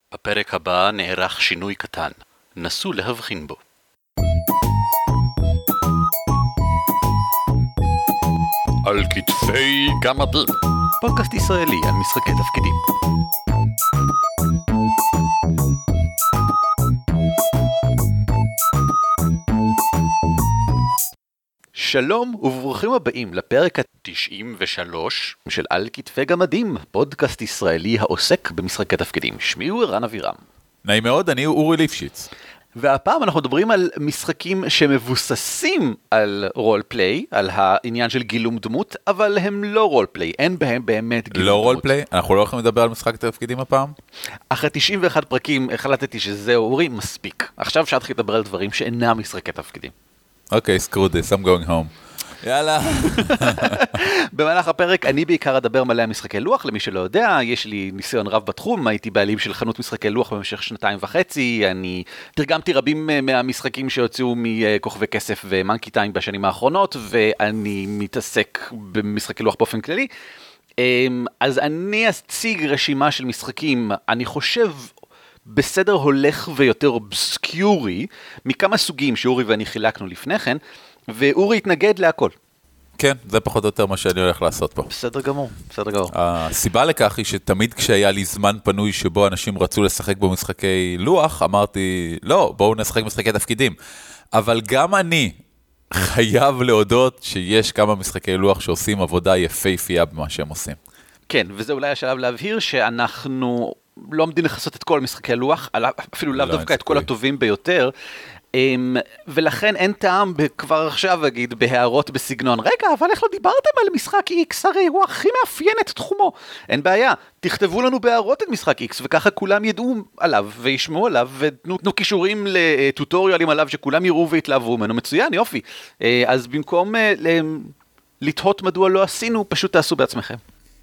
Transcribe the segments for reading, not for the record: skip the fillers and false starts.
בפרק הבא נערך שינוי קטן. נסו להבחין בו. על כתפי גמדים. פודקאסט ישראלי על משחקי תפקידים. שלום וברוכים הבאים לפרק ה-93 של על כתפי גמדים, פודקאסט ישראלי העוסק במשחקי תפקידים. שמי הוא ערן אבירם. נעים מאוד, אני אורי ליפשיץ. והפעם אנחנו מדברים על משחקים שמבוססים על רול פליי, על העניין של גילום דמות, אבל הם לא רול פליי, אין בהם באמת גילום דמות. לא רול פליי? אנחנו לא יכולים לדבר על משחק תפקידים הפעם? אחרי 91 פרקים החלטתי שזהו, אורי, מספיק. עכשיו שאתחיל לדבר על דברים שאינם משחקי תפקידים. אוקיי, screw this, I'm going home. יאללה. במהלך הפרק אני בעיקר אדבר מלא על משחקי לוח, למי שלא יודע, יש לי ניסיון רב בתחום, הייתי בעלים של חנות משחקי לוח במשך 2.5 שנים, אני תרגמתי רבים מהמשחקים שהוציאו מכוכבי כסף ומנקי טיים בשנים האחרונות, ואני מתעסק במשחקי לוח באופן כללי. אז אני אציג רשימה של משחקים, אני חושב בסדר הולך ויותר אובסקיורי, מכמה סוגים שאורי ואני חילקנו לפני כן, ואורי התנגד להכל. כן, זה פחות או יותר מה שאני הולך לעשות פה. בסדר גמור, בסדר גמור. הסיבה לכך היא שתמיד כשהיה לי זמן פנוי שבו אנשים רצו לשחק במשחקי לוח, אמרתי, לא, בואו נשחק משחקי תפקידים. אבל גם אני חייב להודות שיש כמה משחקי לוח שעושים עבודה יפהפייה במה שהם עושים. כן, וזה אולי השלב להבהיר שאנחנו לא עומדים לחסות את כל משחקי לוח, אפילו לאו דווקא את כל הטובים ביותר, ולכן אין טעם כבר עכשיו אגיד בהערות בסגנון, רגע, אבל איך לא דיברתם על משחק X, הרי הוא הכי מאפיין את תחומו. אין בעיה, תכתבו לנו בהערות את משחק X, וככה כולם ידעו עליו וישמעו עליו, ותנו קישורים לטוטוריאלים עליו שכולם יראו והתלהבו ממנו. מצוין, יופי. אז במקום לתהות מדוע לא עשינו, פשוט תעשו בעצמכם.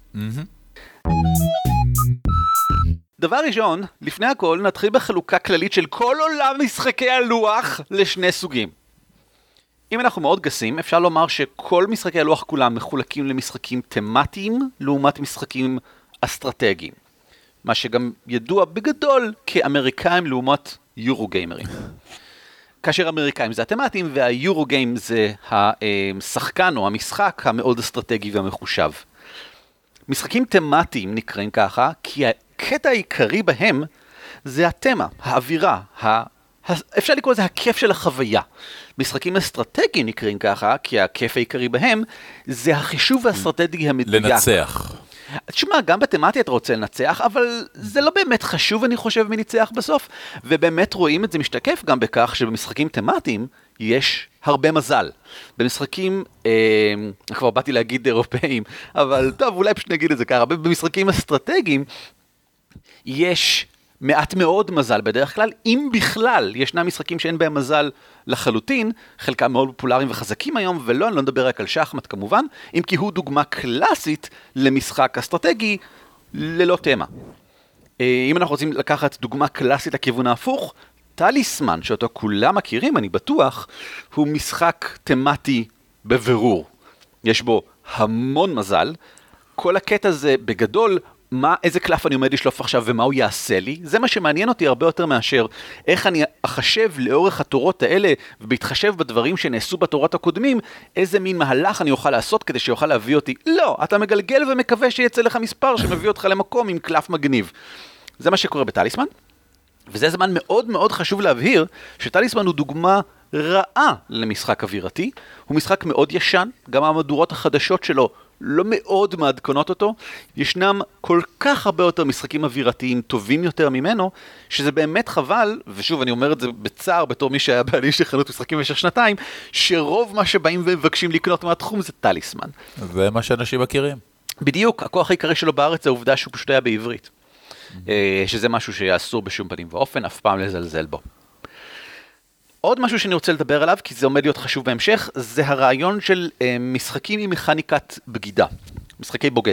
דבר ראשון, לפני הכל נתחיל בחלוקה כללית של כל עולם משחקי הלוח לשני סוגים. אם אנחנו מאוד גסים, אפשר לומר שכל משחקי הלוח כולם מחולקים למשחקים תמטיים לעומת משחקים אסטרטגיים. מה שגם ידוע בגדול כאמריקאים לעומת יורו-גיימרים. כאשר אמריקאים זה התמטיים והיורו-גיים זה השחקן או המשחק המאוד אסטרטגי והמחושב. משחקים תמטיים נקראים ככה כי הקטע העיקרי בהם זה התמה, האווירה, אפשר לקרוא לזה הכיף של החוויה. משחקים אסטרטגיים נקראים ככה, כי הכיף העיקרי בהם זה החישוב האסטרטגי המדויק. לנצח. תשמע, גם בתמטי אתה רוצה לנצח, אבל זה לא באמת חשוב, אני חושב, מי ניצח בסוף. ובאמת רואים את זה משתקף גם בכך שבמשחקים תמטיים יש הרבה מזל. במשחקים, כבר באתי להגיד אירופאים, אבל טוב, אולי פשוט נגיד את זה ככה, במשחקים אסטרטגיים, יש מעט מאוד מזל בדרך כלל, אם בכלל ישנם משחקים שאין בהם מזל לחלוטין, חלקם מאוד פופולריים וחזקים היום, ולא, אני לא מדבר רק על שחמט כמובן, אם כי הוא דוגמה קלאסית למשחק אסטרטגי ללא תמה. אם אנחנו רוצים לקחת דוגמה קלאסית לכיוון ההפוך, טליסמן, שאותו כולם מכירים, אני בטוח, הוא משחק תמטי בבירור. יש בו המון מזל, כל הקטע זה בגדול, איזה קלף אני עומד לשלוף עכשיו ומה הוא יעשה לי, זה מה שמעניין אותי הרבה יותר מאשר איך אני אחשב לאורך התורות האלה ובהתחשב בדברים שנעשו בתורות הקודמים, איזה מין מהלך אני אוכל לעשות כדי שיוכל להביא אותי. לא, אתה מגלגל ומקווה שיצא לך מספר שמביא אותך למקום עם קלף מגניב. זה מה שקורה בטליסמן, וזה זמן מאוד מאוד חשוב להבהיר שטליסמן הוא דוגמה רעה למשחק אווירתי, הוא משחק מאוד ישן, גם המהדורות החדשות שלו לא מאוד מעדכנות אותו, ישנם כל כך הרבה יותר משחקים אווירתיים טובים יותר ממנו, שזה באמת חבל, ושוב אני אומר את זה בצער בתור מי שהיה בעלים של חנות משחקים במשך 2 שנים, שרוב מה שבאים ומבקשים לקנות מהתחום זה טליסמן. זה מה שאנשים מכירים. בדיוק, הכוח העיקרי שלו בארץ זה העובדה שהוא פשוט היה בעברית. שזה משהו שאסור בשום פנים ואופן, אף פעם לזלזל בו. עוד משהו שאני רוצה לדבר עליו, כי זה עומד להיות חשוב בהמשך, זה הרעיון של משחקים עם מכניקת בגידה, משחקי בוגד.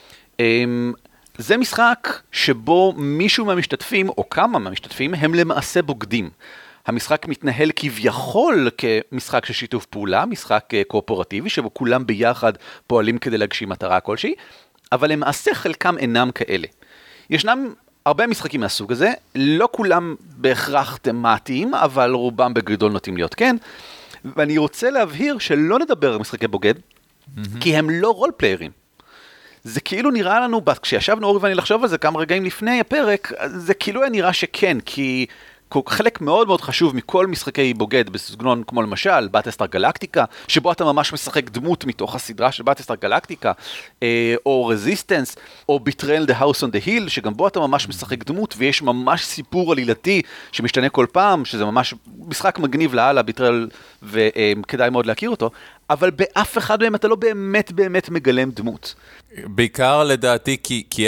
זה משחק שבו מישהו מהמשתתפים, או כמה מהמשתתפים, הם למעשה בוגדים. המשחק מתנהל כביכול כמשחק של שיתוף פעולה, משחק קואופרטיבי, שבו כולם ביחד פועלים כדי להגשים מטרה כלשהי, אבל למעשה חלקם אינם כאלה. ישנם הרבה משחקים מהסוג הזה, לא כולם בהכרח תמטיים, אבל רובם בגדול נוטים להיות כן, ואני רוצה להבהיר שלא נדבר על משחקי בוגד, כי הם לא רול פליירים. זה כאילו נראה לנו, כשישבנו אורי ואני לחשוב על זה כמה רגעים לפני הפרק, זה כאילו היה נראה שכן, כי חלק מאוד מאוד חשוב מכל משחקי בוגד בסגנון כמו למשל באטלסטאר גלקטיקה, שבו אתה ממש משחק דמות מתוך הסדרה של באטלסטאר גלקטיקה, או רזיסטנס, או Betrayal the House on the Hill, שגם בו אתה ממש משחק דמות, ויש ממש סיפור עלילתי שמשתנה כל פעם, שזה ממש משחק מגניב להלאה, Betrayal, וכדאי מאוד להכיר אותו, אבל באף אחד מהם אתה לא באמת מגלם דמות. בעיקר לדעתי, כי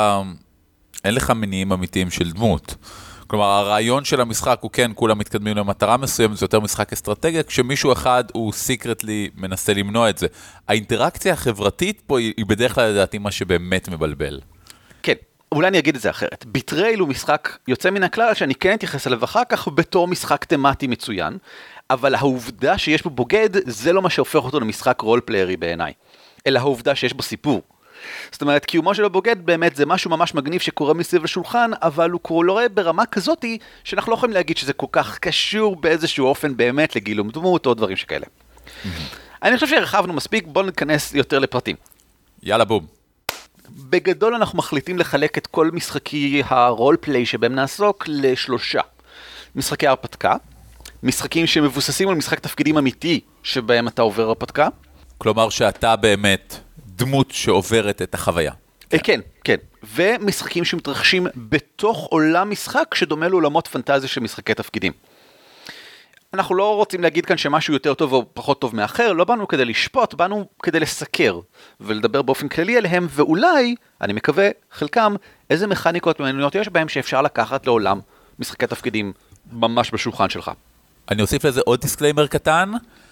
אין לך מניעים אמיתיים של דמות. כלומר, הרעיון של המשחק הוא כן, כולם מתקדמים למטרה מסוימת, זה יותר משחק אסטרטגיה, כשמישהו אחד הוא סיקרטלי מנסה למנוע את זה. האינטראקציה החברתית פה היא בדרך כלל לדעתי מה שבאמת מבלבל. כן, אולי אני אגיד את זה אחרת. ביטרייל הוא משחק יוצא מן הכלל, שאני כן אתייחס אליו אחר כך בתור משחק תמטי מצוין, אבל העובדה שיש בו בוגד, זה לא מה שהופך אותו למשחק רול פליירי בעיניי, אלא העובדה שיש בו סיפור. זאת אומרת, קיומו של הבוגד באמת זה משהו ממש מגניב שקורה מסביב לשולחן, אבל הוא קורה ברמה כזאת שאנחנו לא יכולים להגיד שזה כל כך קשור באיזשהו אופן באמת לגילום דמות או דברים שכאלה. אני חושב שהרחבנו מספיק, בואו ניכנס יותר לפרטים. יאללה בום. בגדול אנחנו מחליטים לחלק את כל משחקי הרול פליי שבהם נעסוק לשלושה. משחקי הרפתקה, משחקים שמבוססים על משחק תפקידים אמיתי שבהם אתה עובר הרפתקה. כלומר שאתה באמת דמות שעוברת את החוויה. כן, כן. ומשחקים שמתרחשים בתוך עולם משחק שדומה לעולמות פנטזיה של משחקי תפקידים. אנחנו לא רוצים להגיד כאן שמשהו יותר טוב או פחות טוב מאחר, לא באנו כדי לשפוט, באנו כדי לסקר ולדבר באופן כללי עליהם, ואולי, אני מקווה, חלקם, איזה מכניקות מעניינות יש בהם שאפשר לקחת לעולם משחקי תפקידים ממש בשולחן שלך. אני אוסיף לזה עוד דיסקליימר קטן,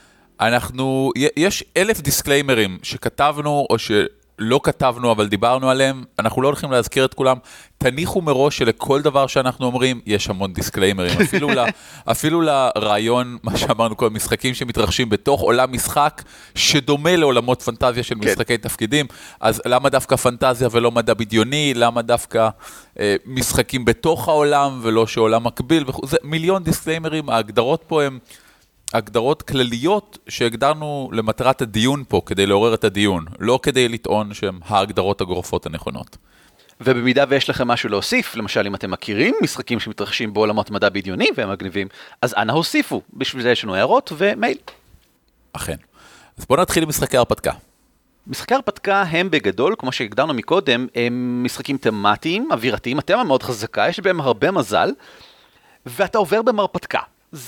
יש 1,000 דיסקליימרים שכתבנו או שלא כתבנו אבל דיברנו עליהם, אנחנו לא הולכים להזכיר את כולם, תניחו מראש שלכל דבר שאנחנו אומרים יש המון דיסקליימרים, אפילו לרעיון, מה שאמרנו כל משחקים שמתרחשים בתוך עולם משחק שדומה לעולמות פנטזיה של משחקי תפקידים, אז למה דווקא פנטזיה ולא מדע בדיוני, למה דווקא משחקים בתוך העולם ולא שעולם מקביל, זה מיליון דיסקליימרים, ההגדרות פה הם הגדרות כלליות שהגדרנו למטרת הדיון פה, כדי לעורר את הדיון, לא כדי לטעון שהן ההגדרות הגורפות הנכונות. ובמידה ויש לכם משהו להוסיף, למשל אם אתם מכירים משחקים שמתרחשים בעולמות מדע בדיוני והם מגניבים, אז אנא הוסיפו, בשביל זה יש לנו הערות ומייל. אכן. אז בואו נתחיל עם משחקי הרפתקה. משחקי הרפתקה הם בגדול, כמו שהגדרנו מקודם, הם משחקים תמטיים, אווירתיים, התמה מאוד חזקה, יש בהם הרבה מזל, ואתה עובר במרפתקה.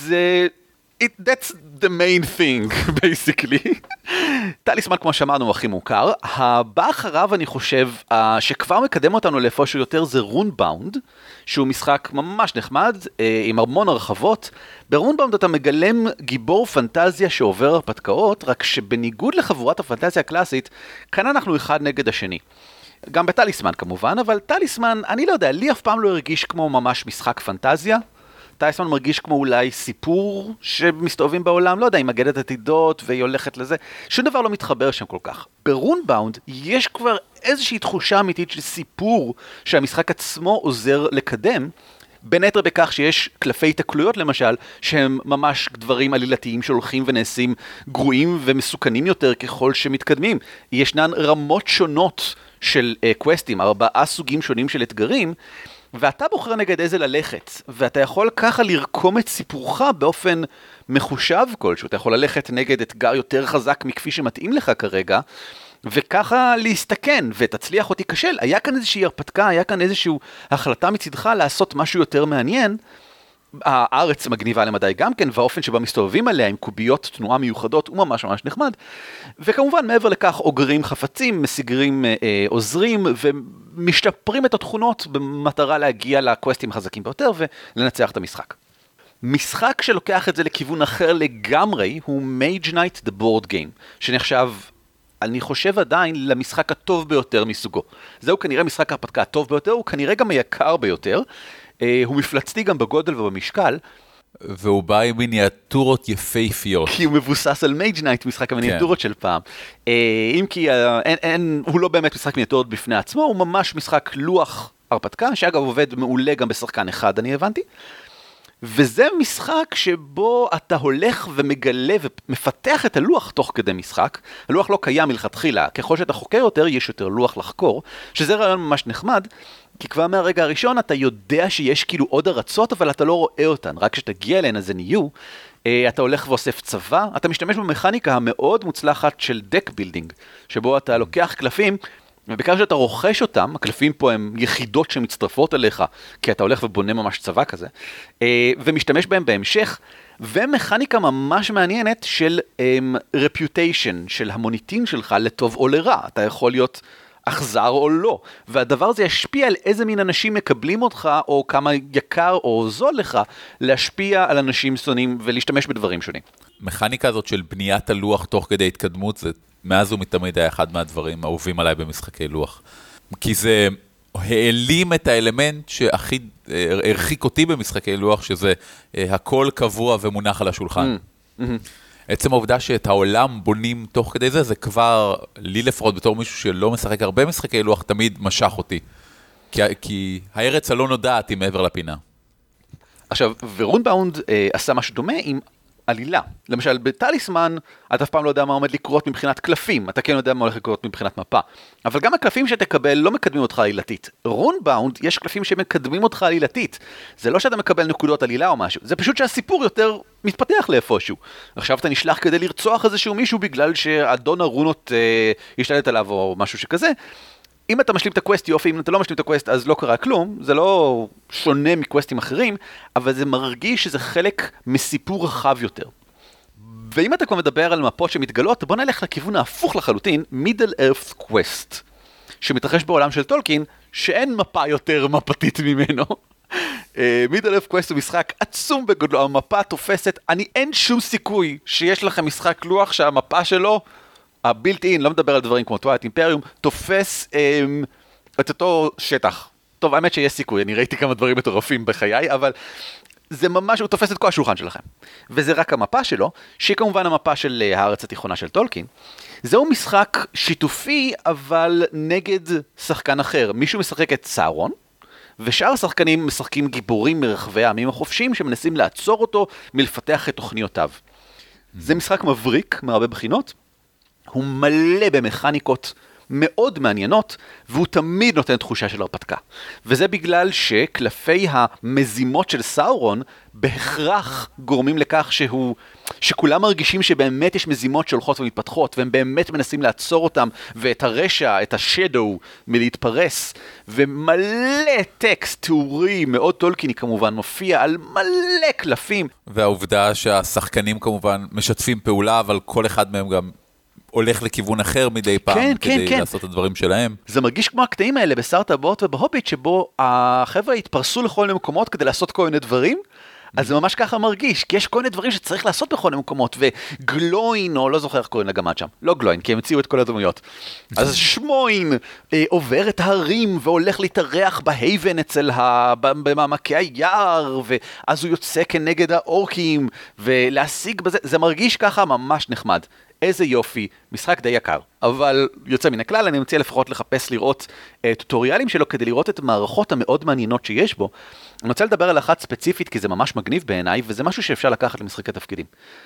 That's the main thing, basically. טליסמן, כמו שאמרנו, הוא הכי מוכר. הבא אחריו, אני חושב, שכבר מקדם אותנו לאיפשהו יותר, זה רונבאונד, שהוא משחק ממש נחמד, עם המון הרחבות. ברונבאונד אתה מגלם גיבור פנטזיה שעובר הרפתקאות, רק שבניגוד לחבורת הפנטזיה הקלאסית, כאן אנחנו אחד נגד השני. גם בטליסמן כמובן, אבל טליסמן, אני לא יודע, לי אף פעם לא הרגיש כמו ממש משחק פנטזיה. טליסמן מרגיש כמו אולי סיפור שמסתובבים בעולם, לא יודע, היא מגדת עתידות והיא הולכת לזה, שום דבר לא מתחבר שם כל כך. ברונבאונד יש כבר איזושהי תחושה אמיתית של סיפור שהמשחק עצמו עוזר לקדם, בין היתר בכך שיש קלפי תקלויות למשל, שהם ממש דברים עלילתיים שהולכים ונעשים גרועים ומסוכנים יותר ככל שמתקדמים. ישנן רמות שונות של קווסטים, 4 סוגים שונים של אתגרים, ואתה בוחר נגד איזה ללכת, ואתה יכול ככה לרקום את סיפורך באופן מחושב כלשהו, אתה יכול ללכת נגד אתגר יותר חזק מכפי שמתאים לך כרגע, וככה להסתכן, ותצליח או תיכשל. היה כאן איזושהי הרפתקה, היה כאן איזושהי החלטה מצדך לעשות משהו יותר מעניין, הארץ מגניבה למדי גם כן, והאופן שבה מסתובבים עליה עם קוביות תנועה מיוחדות הוא ממש ממש נחמד. וכמובן מעבר לכך אוגרים חפצים, משיגרים עוזרים ומשתפרים את התכונות במטרה להגיע לקווסטים החזקים ביותר ולנצח את המשחק. משחק שלוקח את זה לכיוון אחר לגמרי הוא Mage Knight The Board Game, שנחשב, אני חושב עדיין, למשחק הטוב ביותר מסוגו. זהו כנראה משחק ההרפתקה הטוב ביותר, הוא כנראה גם היקר ביותר, הוא מפלצתי גם בגודל ובמשקל. והוא בא עם מיניאטורות יפהפיות. כי הוא מבוסס על Mage Knight, משחק המיניאטורות של פעם. אם כי הוא לא באמת משחק מיניאטורות בפני עצמו, הוא ממש משחק לוח הרפתקה, שאגב עובד מעולה גם בשחקן אחד, אני הבנתי. וזה משחק שבו אתה הולך ומגלה ומפתח את הלוח תוך כדי משחק. הלוח לא קיים מלכתחילה, ככל שאתה חוקר יותר, יש יותר לוח לחקור, שזה רעיון ממש נחמד, כי כבר מהרגע הראשון אתה יודע שיש כאילו עוד ארצות, אבל אתה לא רואה אותן, רק כשתגיע אליהן אז הן יהיו, אתה הולך ואוסף צבא, אתה משתמש במכניקה המאוד מוצלחת של דק בילדינג, שבו אתה לוקח קלפים, ובעיקר שאתה רוכש אותם, הקלפים פה הם יחידות שמצטרפות אליך, כי אתה הולך ובונה ממש צבא כזה, ומשתמש בהם בהמשך, ומכניקה ממש מעניינת של reputation, של המוניטין שלך לטוב או לרע, אתה יכול להיות אכזר או לא, והדבר הזה ישפיע על איזה מין אנשים מקבלים אותך, או כמה יקר או זול לך, להשפיע על אנשים שונאים ולהשתמש בדברים שונים. מכניקה הזאת של בניית הלוח תוך כדי התקדמות, זה מאז ומתמיד היה אחד מהדברים האהובים עליי במשחקי לוח. כי זה העלים את האלמנט שהכי הרחיק אותי במשחקי לוח, שזה הכל קבוע ומונח על השולחן. עצם העובדה שאת העולם בונים תוך כדי זה, זה כבר, לי לפחות בתור מישהו שלא משחק הרבה משחקי לוח, תמיד משך אותי. כי הארץ הלא נודעת היא מעבר לפינה. עכשיו, ורונבאונד עשה משהו דומה עם עלילה. למשל, בטליסמן, אתה אף פעם לא יודע מה עומד לקרות מבחינת קלפים, אתה כן יודע מה הולך לקרות מבחינת מפה. אבל גם הקלפים שתקבל לא מקדמים אותך עלילתית. רונבאונד, יש קלפים שמקדמים אותך עלילתית. זה לא שאתה מקבל נקודות עלילה או משהו, זה פשוט שהסיפור יותר מתפתח לאיפשהו. עכשיו אתה נשלח כדי לרצוח איזשהו מישהו בגלל שאדון הרונות ישתלט עליו או משהו שכזה. אם אתה משלים את הקווסט יופי, אם אתה לא משלים את הקווסט אז לא קרה כלום, זה לא שונה מקווסטים אחרים, אבל זה מרגיש שזה חלק מסיפור רחב יותר. ואם אתה כבר מדבר על מפות שמתגלות, בוא נלך לכיוון ההפוך לחלוטין, Middle Earth Quest, שמתרחש בעולם של טולקין, שאין מפה יותר מפתית ממנו. Middle Earth Quest הוא משחק עצום בגודלו, המפה תופסת, אין שום סיכוי שיש לכם משחק לוח שהמפה שלו, הבילט אין, לא מדבר על דברים כמו טווייט אימפריום, תופס את אותו שטח. טוב, האמת שיש סיכוי, אני ראיתי כמה דברים מטורפים בחיי, אבל זה ממש, הוא תופס את כל השולחן שלכם. וזה רק המפה שלו, שהיא כמובן המפה של הארץ התיכונה של טולקין. זהו משחק שיתופי, אבל נגד שחקן אחר. מישהו משחק את סאורון, ושאר השחקנים משחקים גיבורים מרחבי העמים החופשיים, שמנסים לעצור אותו מלפתח את תוכניותיו. זה משחק מבריק מהרבה בחינות, הוא מלא במכניקות מאוד מעניינות, והוא תמיד נותן תחושה של הרפתקה. וזה בגלל שקלפי המזימות של סאורון בהכרח גורמים לכך שכולם מרגישים שבאמת יש מזימות שהולכות ומתפתחות, והם באמת מנסים לעצור אותם, ואת הרשע, את השדו, מלהתפרס, ומלא טקסט תיאורי מאוד טולקיני כמובן מופיע על מלא קלפים. והעובדה שהשחקנים כמובן משתפים פעולה, אבל כל אחד מהם גם הולך לכיוון אחר מדי פעם, כדי לעשות את הדברים שלהם. זה מרגיש כמו הקטעים האלה בשר טבעות ובהוביט, שבו החבר'ה התפרסו לכל מיני מקומות כדי לעשות כל מיני דברים, אז זה ממש ככה מרגיש, כי יש כל מיני דברים שצריך לעשות בכל מיני מקומות, וגלוין, או לא זוכר איך קוראים לגמד שם, לא גלוין, כי הם הציעו את כל הדמויות. אז שמוין עובר את ההרים, והולך להתארח בהייבן במעמקי היער, ואז הוא יוצא כנגד האורקים, ולהשיג בזה, זה מרגיש ככה ממש נחמד. איזה יופי, משחק די יקר, אבל יוצא מן הכלל, אני מציע לפחות לחפש לראות טוטוריאלים שלו, כדי לראות את המערכות המאוד מעניינות שיש בו. אני רוצה לדבר על אחת ספציפית, כי זה ממש מגניב בעיניי, וזה משהו שאפשר לקחת למשחקי תפקידים.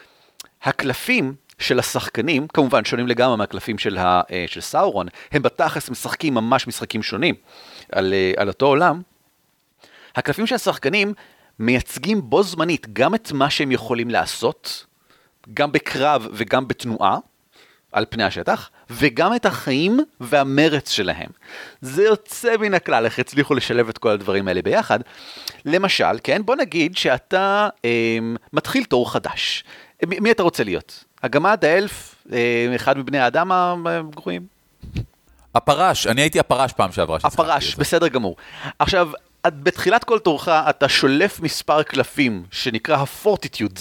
הקלפים של השחקנים, כמובן שונים לגמרי מהקלפים של סאורון, הם בתכלס משחקים ממש משחקים שונים על אותו עולם. הקלפים של השחקנים מייצגים בו זמנית גם את מה שהם יכולים לעשות, גם בקרב וגם בתנועה על פני השטח, וגם את החיים והמרץ שלהם. זה יוצא מן הכלל, איך הצליחו לשלב את כל הדברים האלה ביחד. למשל, כן, בוא נגיד שאתה מתחיל תור חדש. מי אתה רוצה להיות? הגמד, האלף, אחד מבני האדם הגרועים? הפרש, אני הייתי הפרש פעם שעברה. הפרש, בסדר גמור. עכשיו, בתחילת כל תורך אתה שולף מספר קלפים, שנקרא הפורטיטיוד,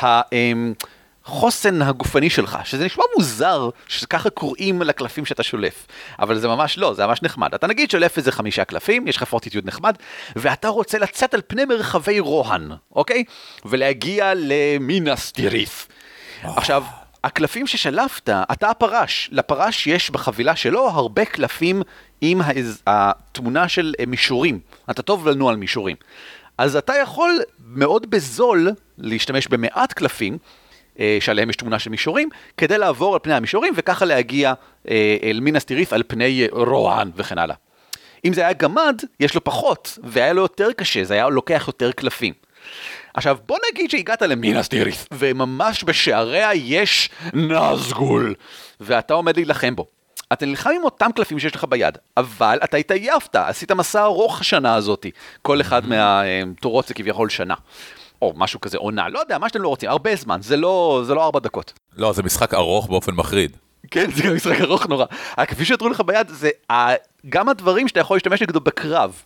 חוסן הגופני שלך, שזה נשמע מוזר שככה קוראים לקלפים שאתה שולף, אבל זה ממש לא, זה ממש נחמד. אתה נגיד שולף איזה 5 קלפים, יש לך פורטיטיוד נחמד, ואתה רוצה לצאת על פני מרחבי רוהן, אוקיי? ולהגיע למינס טיריף. עכשיו, הקלפים ששלפת, אתה הפרש. לפרש יש בחבילה שלו הרבה קלפים עם התמונה של מישורים. אתה טוב לנו על מישורים. אז אתה יכול מאוד בזול להשתמש במעט קלפים, שעליהם יש תמונה של מישורים, כדי לעבור על פני המישורים, וככה להגיע אל מינס טירית' על פני רוען וכן הלאה. אם זה היה גמד, יש לו פחות, והיה לו יותר קשה, זה היה לוקח יותר קלפים. עכשיו, בוא נגיד שהגעת למינס טירית', וממש בשעריה יש נזגול, ואתה עומד להילחם בו. אתה נלחם עם אותם קלפים שיש לך ביד, אבל אתה התעייפת, עשית מסע ארוך השנה הזאת, כל אחד מהתורות זה כביכול שנה. או משהו כזה, עונה, לא יודע, מה שאתם לא רוצים, הרבה זמן, זה לא 4 דקות. לא, זה משחק ארוך באופן מחריד. כן, זה גם משחק ארוך נורא. הכפי שיתרו לך ביד, זה גם הדברים שאתה יכול להשתמש נגדו בקרב.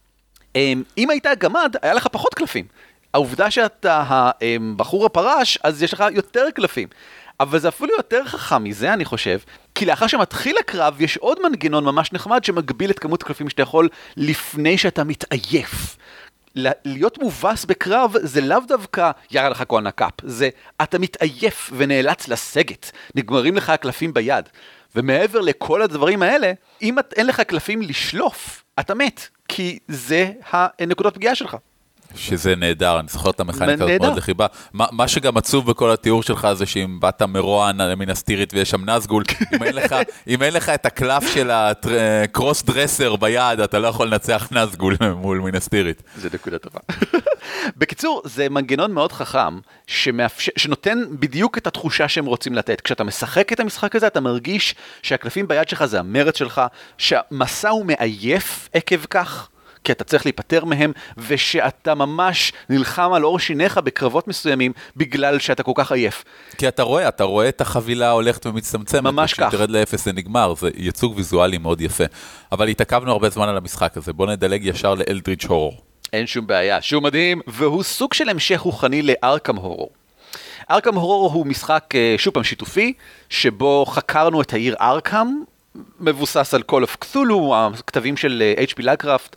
אם היית גמד, היה לך פחות קלפים. העובדה שאתה הבחור הפרש, אז יש לך יותר קלפים. אבל זה אפילו יותר חכם מזה, אני חושב, כי לאחר שמתחיל הקרב, יש עוד מנגנון ממש נחמד שמגביל את כמות הקלפים שאתה יכול לפני שאתה מתעייף. להיות מובס בקרב זה לאו דווקא ירה לך כהן הקאפ, זה אתה מתעייף ונאלץ לסגת, נגמרים לך הקלפים ביד. ומעבר לכל הדברים האלה, אם אין לך קלפים לשלוף, אתה מת, כי זה הנקודות פגיעה שלך. שזה נהדר, אני זוכר את המכניקה הזאת מאוד לחיבה. מה שגם עצוב בכל התיאור שלך זה שאם באת מרוען על מינס טירית' ויש שם נזגול, אם אין לך את הקלף של הקרוס דרסר ביד, אתה לא יכול לנצח נזגול מול מינס טירית'. זה נקודה טובה. בקיצור, זה מנגנון מאוד חכם, שנותן בדיוק את התחושה שהם רוצים לתת. כשאתה משחק את המשחק הזה, אתה מרגיש שהקלפים ביד שלך זה המרד שלך, שהמסע הוא מעייף עקב כך, כי אתה צריך להיפטר מהם, ושאתה ממש נלחם על אור שיניך בקרבות מסוימים, בגלל שאתה כל כך עייף. כי אתה רואה את החבילה הולכת ומצטמצמת, ממש כך. כשתרד לאפס זה נגמר, זה ייצוג ויזואלי מאוד יפה. אבל התעכבנו הרבה זמן על המשחק הזה, בוא נדלג ישר לאלדריץ' הורור. אין שום בעיה, שהוא מדהים, והוא סוג של המשך רוחני לארקם הורור. ארקם הורור הוא משחק שוב פעם שיתופי, שבו חקרנו את העיר ארקם, מבוסס על Call of Cthulhu, הכתבים של H.P. Lovecraft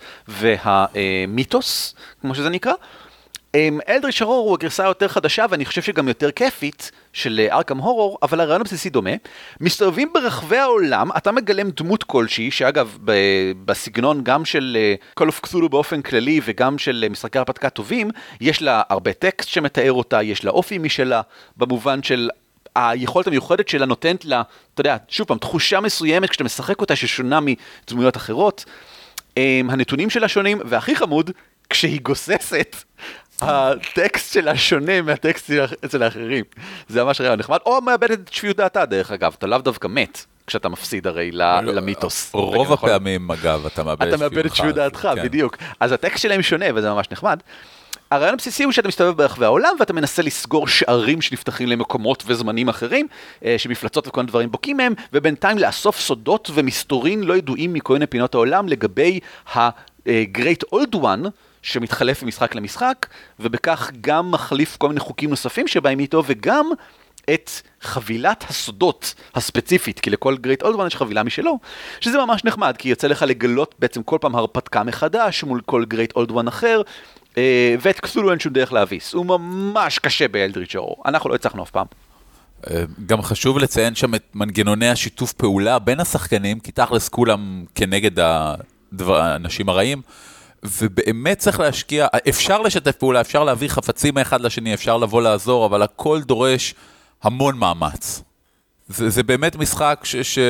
והמיתוס, כמו שזה נקרא. אלדריץ' הורור הוא הגרסה יותר חדשה, ואני חושב שגם יותר כיפית של ארקם הורור, אבל הרעיון הבסיסי דומה. מסתובבים ברחבי העולם, אתה מגלם דמות כלשהי, שאגב, בסגנון גם של Call of Cthulhu באופן כללי, וגם של משחקי הרפתקה טובים, יש לה הרבה טקסט שמתאר אותה, יש לה אופי משלה, במובן של היכולת המיוחדת שלה נותנת לה, אתה יודע, שוב פעם, תחושה מסוימת כשאתה משחק אותה ששונה מדמויות אחרות. הנתונים שלה שונים, והכי חמוד, כשהיא גוססת, הטקסט שלה שונה מהטקסט אצל האחרים. זה ממש רעיון נחמד, או מאבדת את שפיות דעתה, דרך אגב, אתה לאו דווקא מת כשאתה מפסיד הרי למיתוס. רוב הפעמים, אגב, אתה מאבד את שפיות דעתך, בדיוק. אז הטקסט שלהם שונה, וזה ממש נחמד. הרעיון הבסיסי הוא שאתה מסתובב ברחבי העולם, ואתה מנסה לסגור שערים שנפתחים למקומות וזמנים אחרים, שמפלצות וכל דברים בוקעים מהם, ובינתיים לאסוף סודות ומסתורין לא ידועים מכל מיני פינות העולם, לגבי ה-Great Old One, שמתחלף ממשחק למשחק, ובכך גם מחליף כל מיני חוקים נוספים שבאים איתו, וגם את חבילת הסודות הספציפית, כי לכל Great Old One יש חבילה משלו, שזה ממש נחמד, כי יוצא לך לגלות בעצם כל פעם הרפתקה מחדש, מול כל Great Old One אחר, ואת קת'ולו אין שום דרך להביס. הוא ממש קשה באלדריץ' הורור. אנחנו לא הצלחנו אף פעם. גם חשוב לציין שם את מנגנוני השיתוף פעולה בין השחקנים, כי תכלס כולם כנגד האנשים הרעים, ובאמת צריך להשקיע, אפשר לשתף פעולה, אפשר להביא חפצים מאחד לשני, אפשר לבוא לעזור, אבל הכל דורש המון מאמץ. זה באמת משחק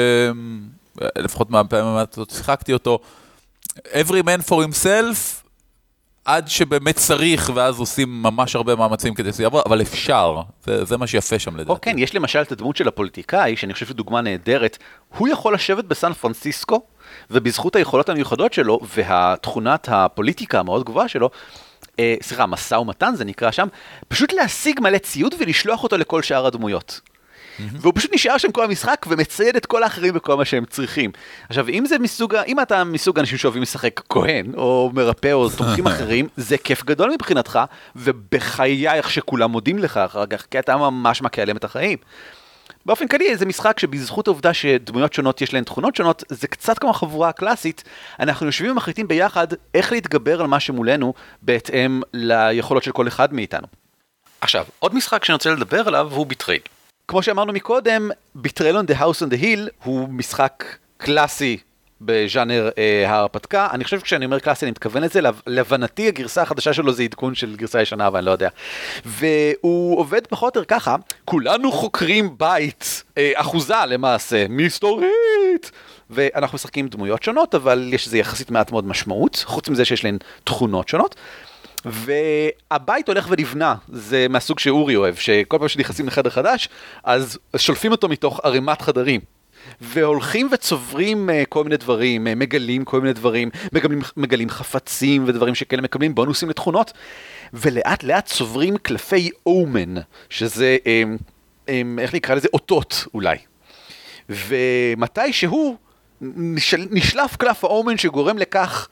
לפחות מהפעמים שיחקתי אותו, every man for himself, עד שבאמת צריך, ואז עושים ממש הרבה מאמצים כדי שזה יעבור, אבל אפשר, זה מה שיפה שם לדעתי. כן, יש למשל את הדמות של הפוליטיקאי, שאני חושב שדוגמה נהדרת, הוא יכול לשבת בסן פרנסיסקו, ובזכות היכולות המיוחדות שלו, והתכונת הפוליטיקה המאוד גבוהה שלו, מסע ומתן זה נקרא שם, פשוט להשיג מלא ציוד ולשלוח אותו לכל שאר הדמויות. והוא פשוט נשאר שם כל המשחק ומצייד את כל האחרים בכל מה שהם צריכים. עכשיו, אם אתה מסוג אנשים שאוהבים לשחק כהן, או מרפא, או תומכים אחרים, זה כיף גדול מבחינתך, ובחייך שכולם מודים לך אחר כך, כי אתה ממש מקע להם את החיים. באופן כללי, זה משחק שבזכות העובדה שדמויות שונות יש להן תכונות שונות, זה קצת כמו החבורה הקלאסית, אנחנו יושבים ומחליטים ביחד איך להתגבר על מה שמולנו, בהתאם ליכולות של כל אחד מאיתנו. עכשיו, עוד משחק שאני רוצה לדבר עליו הוא ביטרייל. כמו שאמרנו מקודם, Betrayal on the House on the Hill הוא משחק קלאסי בז'אנר ההרפתקה. אני חושב שכשאני אומר קלאסי אני מתכוון לזה, להבנתי הגרסה החדשה שלו זה עדכון של גרסה ישנה, אבל אני לא יודע. והוא עובד פחות או יותר ככה, כולנו חוקרים בית, אחוזה למעשה, מסתורית, ואנחנו משחקים דמויות שונות, אבל יש איזה יחסית מעט מאוד משמעות, חוץ מזה שיש להן תכונות שונות. והבית הולך ונבנה, זה מהסוג שאורי אוהב, שכל פעם שנכנסים לחדר חדש, אז שולפים אותו מתוך ערימת חדרים. והולכים וצוברים כל מיני דברים, מגלים כל מיני דברים, מגלים חפצים ודברים שכאלה, מקבלים בונוסים לתכונות, ולאט לאט צוברים קלפי אומן, שזה, איך נקרא לזה, אותות אולי. ומתי שהוא נשלף קלף האומן שגורם לכך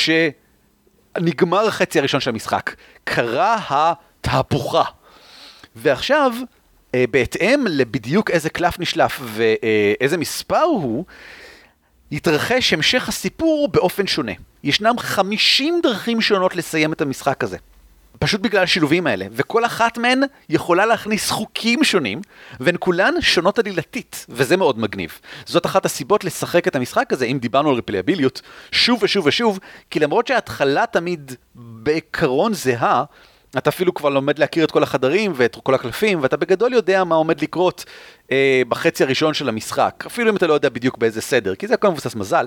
שנגמר החצי הראשון של המשחק. קרה התהפוכה. ועכשיו, בהתאם לבדיוק איזה קלף נשלף ואיזה מספר הוא, יתרחש המשך הסיפור באופן שונה. ישנם 50 דרכים שונות לסיים את המשחק הזה. פשוט בגלל השילובים האלה, וכל אחת מהן יכולה להכניס חוקים שונים, והן כולן שונות עלילתית, וזה מאוד מגניב. זאת אחת הסיבות לשחק את המשחק הזה, אם דיברנו על רפלייביליות, שוב ושוב ושוב, כי למרות שההתחלה תמיד בעיקרון זהה, אתה אפילו כבר לומד להכיר את כל החדרים ואת כל הקלפים, ואתה בגדול יודע מה עומד לקרות בחצי הראשון של המשחק, אפילו אם אתה לא יודע בדיוק באיזה סדר, כי זה הכל מבוסס מזל.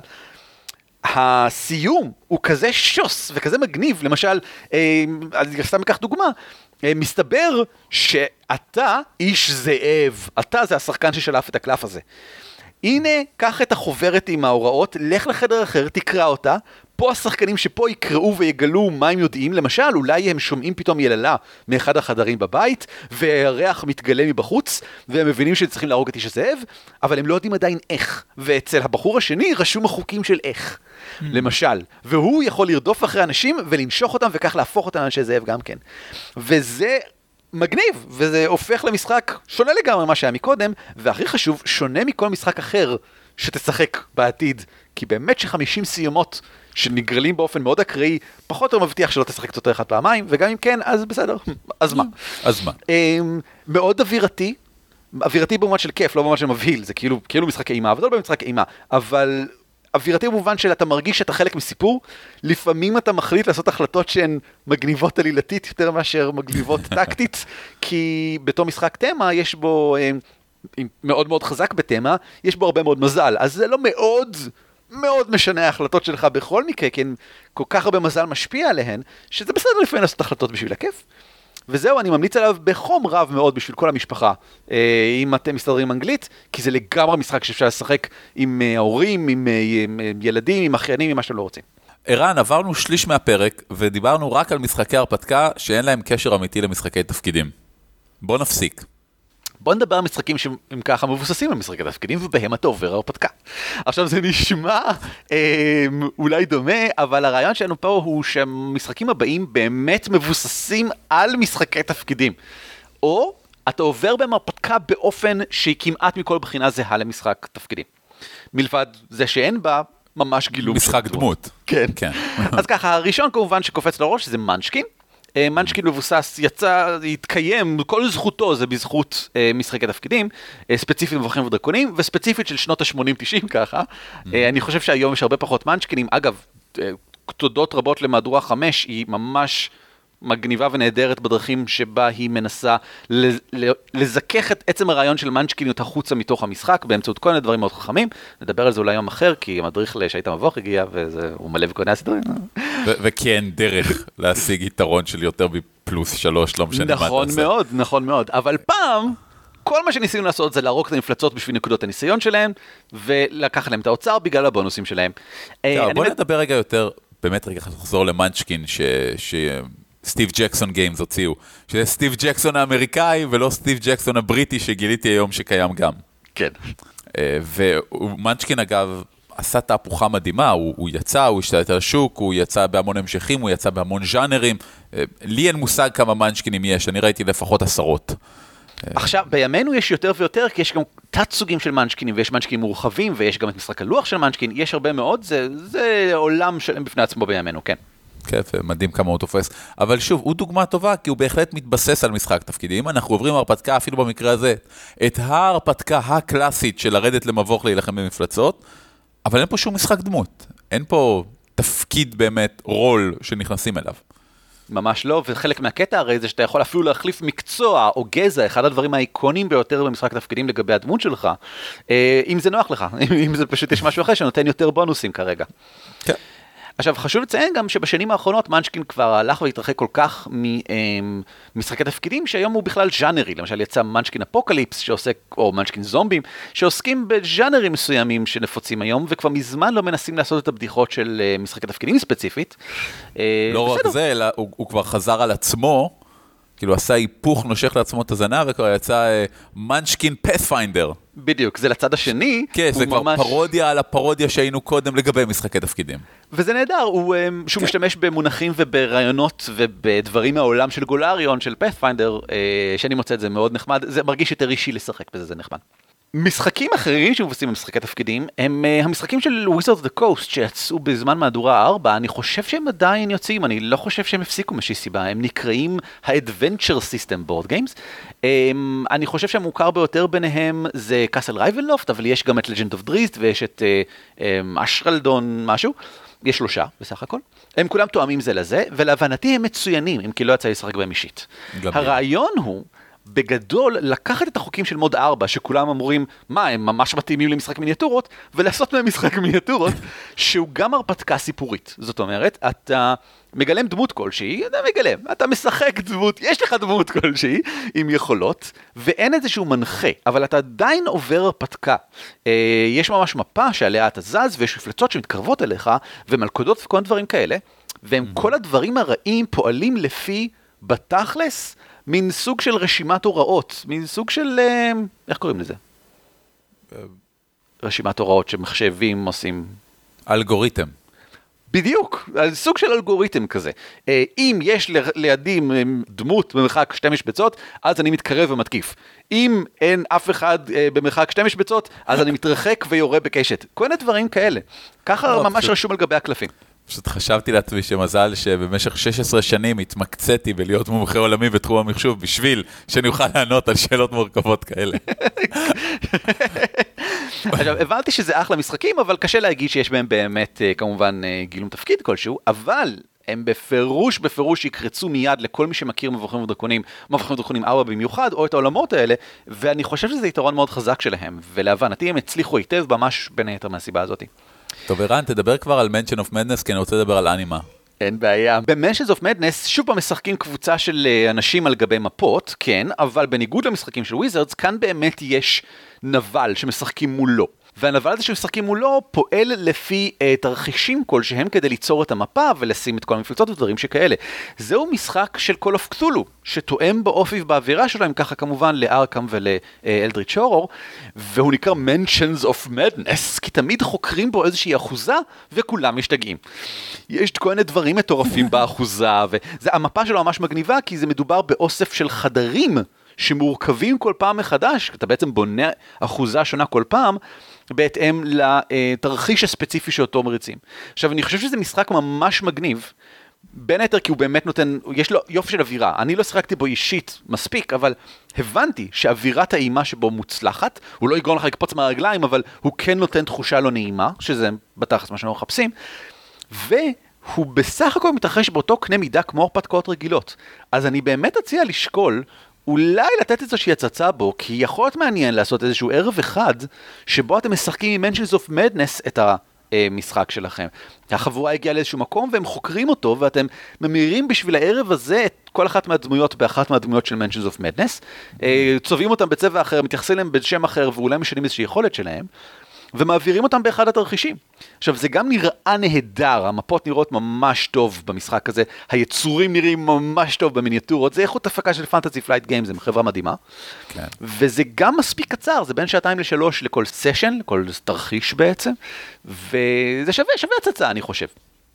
הסיום הוא כזה שוס וכזה מגניב, למשל, אני סתם אקח דוגמה, מסתבר שאתה איש זאב, אתה זה השחקן ששלף את הקלף הזה. הנה, קח את החוברת עם ההוראות, לך לחדר אחר, תקרא אותה, פה השחקנים שפה יקראו ויגלו מה הם יודעים, למשל, אולי הם שומעים פתאום יללה מאחד החדרים בבית, והריח מתגלה מבחוץ, והם מבינים שהם צריכים להרוג את איש הזאב, אבל הם לא יודעים עדיין איך, ואצל הבחור השני רשום החוקים של איך, למשל, והוא יכול לרדוף אחרי אנשים ולנשוך אותם וכך להפוך אותם לאנשי זאב גם כן. וזה מגניב, וזה הופך למשחק שונה לגמרי מה שהיה מקודם, והכי חשוב, שונה מכל משחק אחר שתשחק בעתיד, כי באמת ש50 סיומות שנגרלים באופן מאוד אקראי, פחות או מבטיח שלא תשחק את אותו אחד פעמיים, וגם אם כן, אז בסדר, אז מה? אז מה? מאוד אווירתי, אווירתי במובן של כיף, לא במובן של מבהיל, זה כאילו משחק אימה, אבל לא במשחק אימה, אבל אווירתי במובן של אתה מרגיש שאתה חלק מסיפור, לפעמים אתה מחליט לעשות החלטות שהן מגניבות עלילתית יותר מאשר מגניבות טקטית, כי בתור משחק תמה יש בו, מאוד מאוד חזק בתמה, יש בו הרבה מאוד מזל, אז זה לא מאוד משנה ההחלטות שלך בכל מקרה, כי כל כך הרבה מזל משפיע עליהן, שזה בסדר לפעמים לעשות החלטות בשביל הכיף. וזהו, אני ממליץ עליו בחום רב מאוד בשביל כל המשפחה, אם אתם מסתדרים אנגלית, כי זה לגמרי משחק שאפשר לשחק עם ההורים, עם ילדים, עם אחיינים, עם מה שאתם לא רוצים. ערן, עברנו שליש מהפרק, ודיברנו רק על משחקי הרפתקה, שאין להם קשר אמיתי למשחקי תפקידים. בוא נפסיק. בוא נדבר על משחקים שהם ככה מבוססים על משחקי תפקידים, ובהם אתה עובר הרפתקה. עכשיו זה נשמע אולי דומה, אבל הרעיון שלנו פה הוא שהמשחקים הבאים באמת מבוססים על משחקי תפקידים. או אתה עובר בהם הרפתקה באופן שהיא כמעט מכל בחינה זהה למשחק תפקידים. מלבד זה שאין בה ממש גילום. משחק דמות. כן. אז ככה, הראשון כמובן שקופץ לראש זה מנצ'קין. מנצ'קין מבוסס, התקיים, כל זכותו זה בזכות משחקי תפקידים, ספציפית מבוכים ודרקונים, וספציפית של שנות ה-80-90 ככה. אני חושב שהיום יש הרבה פחות מנצ'קינים, אגב, תודות רבות למהדורה 5, היא ממש מגניבה ונהדרת בדרכים שבה היא מנסה לזכך את עצם הרעיון של מנצ'קיניות החוצה מתוך המשחק, באמצעות כל מיני דברים מאוד חכמים. נדבר על זה אולי יום אחר, כי המדריך שהיית מבוך הגיע, והוא מלא בכל מיני הסדרים. וכי אין דרך להשיג יתרון של יותר מפלוס 3, לא משנה מה אתה עושה. נכון מאוד, נכון מאוד. אבל פעם, כל מה שניסינו לעשות זה להרוג את המפלצות בשביל נקודות הניסיון שלהם, ולקח להם את האוצר בגלל הבונוסים שלהם. בוא נדבר רגע יותר, באמת רגע לחזור למנצ'קין, סטיב ג'קסון גיימס הוציאו, שזה סטיב ג'קסון האמריקאי, ולא סטיב ג'קסון הבריטי שגיליתי היום שקיים גם. כן. ומנצ'קין אגב, עשה תהפוכה מדהימה, הוא יצא, הוא השתלט על השוק, הוא יצא בהמון המשכים, הוא יצא בהמון ז'אנרים. לי אין מושג כמה מנצ'קינים יש, אני ראיתי לפחות 10. עכשיו, בימינו יש יותר ויותר, כי יש גם תת סוגים של מנצ'קינים, ויש מנצ'קינים מורחבים, ויש גם את משחק הלוח של מנצ'קין, יש הרבה מאוד, זה עולם שלם בפני עצמו בימינו, כן. כיף, מדהים כמה הוא תופס. אבל שוב, הוא דוגמה טובה, כי הוא בהחלט מתבסס על משחק תפקידים. אנחנו עוברים הרפתקה, אפילו במקרה הזה, את ההרפתקה הקלאסית של לרדת למבוך להילחם במפלצות, אבל אין פה שום משחק דמות. אין פה תפקיד באמת, רול שנכנסים אליו. ממש לא, וחלק מהקטע הרי זה שאתה יכול אפילו להחליף מקצוע או גזע, אחד הדברים האיקונים ביותר במשחק תפקידים לגבי הדמות שלך, אם זה נוח לך, אם זה פשוט יש משהו אחר שנותן יותר בונוסים כרגע. כן. עכשיו, חשוב לציין גם שבשנים האחרונות מנצ'קין כבר הלך והתרחק כל כך ממשחקי תפקידים, שהיום הוא בכלל ז'אנרי. למשל, יצא מנצ'קין אפוקליפס, שעוסק, או מנצ'קין זומבים, שעוסקים בז'אנרים מסוימים שנפוצים היום, וכבר מזמן לא מנסים לעשות את הבדיחות של משחקי תפקידים ספציפית. לא רק זה, אלא הוא כבר חזר על עצמו, כאילו עשה היפוך נושך לעצמו את הזנב, וכבר יצא מנצ'קין פאת'פיינדר. בדיוק, זה לצד השני. כן, זה כבר ממש... פרודיה על הפרודיה שהיינו קודם לגבי משחקי תפקידים. וזה נהדר, שהוא משתמש במונחים וברעיונות ובדברים מהעולם של גולריון, של פאת'פיינדר, שאני מוצא את זה מאוד נחמד, זה מרגיש יותר אישי לשחק בזה, זה נחמד. משחקים אחרים שמבוססים במשחקי תפקידים, הם המשחקים של Wizards of the Coast שיצאו בזמן מהדורה 4, אני חושב שהם עדיין יוצאים, אני לא חושב שהם הפסיקו משהי סיבה, הם נקראים ה-Adventure System Board Games, אני חושב שהמוכר ביותר ביניהם זה Castle Ravenloft, אבל יש גם את Legend of Drizzt ויש את אשרלדון משהו, יש 3 בסך הכל, הם כולם תואמים זה לזה, ולהבנתי הם מצוינים, אם כי לא יצא לשחק בהם אישית. הרעיון הוא, בגדול, לקחת את החוקים של מוד 4, שכולם אמורים, מה, הם ממש מתאימים למשחק מיניאטורות, ולעשות מהם משחק מיניאטורות, שהוא גם הרפתקה סיפורית. זאת אומרת, אתה מגלם דמות כלשהי, אתה משחק דמות, יש לך דמות כלשהי, עם יכולות, ואין איזשהו מנחה, אבל אתה עדיין עובר הרפתקה. יש ממש מפה שעליה אתה זז, ויש מפלצות שמתקרבות אליך, ומלכודות וכל דברים כאלה, והם כל הדברים הרעים פועלים לפי בתכלס, מין סוג של רשימת הוראות, מין סוג של, איך קוראים לזה? רשימת הוראות שמחשבים עושים. אלגוריתם. בדיוק, סוג של אלגוריתם כזה. אם יש לידי דמות במרחק 2 משבצות, אז אני מתקרב ומתקיף. אם אין אף אחד במרחק 2 משבצות, אז אני מתרחק ויורה בקשת. כל מיני דברים כאלה. ככה ממש רשום על גבי הקלפים. פשוט חשבתי לעצמי שמזל שבמשך 16 שנים התמקצתי בלהיות מומחה עולמי בתחום המחשוב, בשביל שאני אוכל לענות על שאלות מורכבות כאלה. עכשיו, הבנתי שזה אחלה משחקים, אבל קשה להגיד שיש בהם באמת, כמובן, גילום תפקיד כלשהו, אבל הם בפירוש יקרצו מיד לכל מי שמכיר מבוכים ודרקונים, מבוכים ודרקונים 4 במיוחד, או את העולמות האלה, ואני חושב שזה יתרון מאוד חזק שלהם, ולהבנתי הם הצליחו היטב ממש בין היתר מהסיבה הזאת. טוב, ערן, תדבר כבר על Mansion of Madness, כי אני רוצה לדבר על אנימה. אין בעיה. ב-Mansions of Madness שוב פעם משחקים קבוצה של אנשים על גבי מפות, כן, אבל בניגוד למשחקים של Wizards, כאן באמת יש נבל שמשחקים מולו. והנבל הזה שמשחקים מולו פועל לפי תרחישים כלשהם כדי ליצור את המפה ולשים את כל המפלצות ודברים שכאלה. זהו משחק של Call of Cthulhu, שתואם באופי ובאווירה שלהם, ככה כמובן לארקם ולאלדריץ' הורור, והוא נקרא Mansions of Madness, כי תמיד חוקרים בו איזושהי אחוזה, וכולם משתגעים. יש כל מיני דברים מטורפים באחוזה, והמפה שלו ממש מגניבה, כי זה מדובר באוסף של חדרים, שמורכבים כל פעם מחדש, אתה בעצם בונה אחוזה שונה כל פעם, בהתאם לתרחיש הספציפי שאותו מריצים. עכשיו, אני חושב שזה משחק ממש מגניב, בין היתר כי הוא באמת נותן, יש לו יופי של אווירה, אני לא שחקתי בו אישית מספיק, אבל הבנתי שאווירת האימה שבו מוצלחת, הוא לא יגרום לך לקפוץ מהרגליים, אבל הוא כן נותן תחושה לא נעימה, שזה בתכלס מה שאנחנו מחפשים, והוא בסך הכל מתרחש באותו קנה מידה כמו הרפתקאות רגילות. אז אני באמת אציע לשקול, אולי לתת איזושהי הצצה בו, כי יכול להיות מעניין לעשות איזשהו ערב אחד, שבו אתם משחקים עם Mansions of Madness את המשחק שלכם. החבורה הגיעה לאיזשהו מקום, והם חוקרים אותו, ואתם ממירים בשביל הערב הזה את כל אחת מהדמויות, באחת מהדמויות של Mansions of Madness, צובעים אותם בצבע אחר, מתייחסים להם בשם אחר, ואולי משנים איזושהי יכולת שלהם, ומעבירים אותם באחד התרחישים. עכשיו, זה גם נראה נהדר, המפות נראות ממש טוב במשחק הזה, היצורים נראים ממש טוב במיניאטורות, זה איכות הפקה של פנטזי פלייט גיימס, זה חברה מדהימה, כן. וזה גם מספיק קצר, זה בין 2-3 לכל סשן, לכל תרחיש בעצם, וזה שווה הצצה, אני חושב.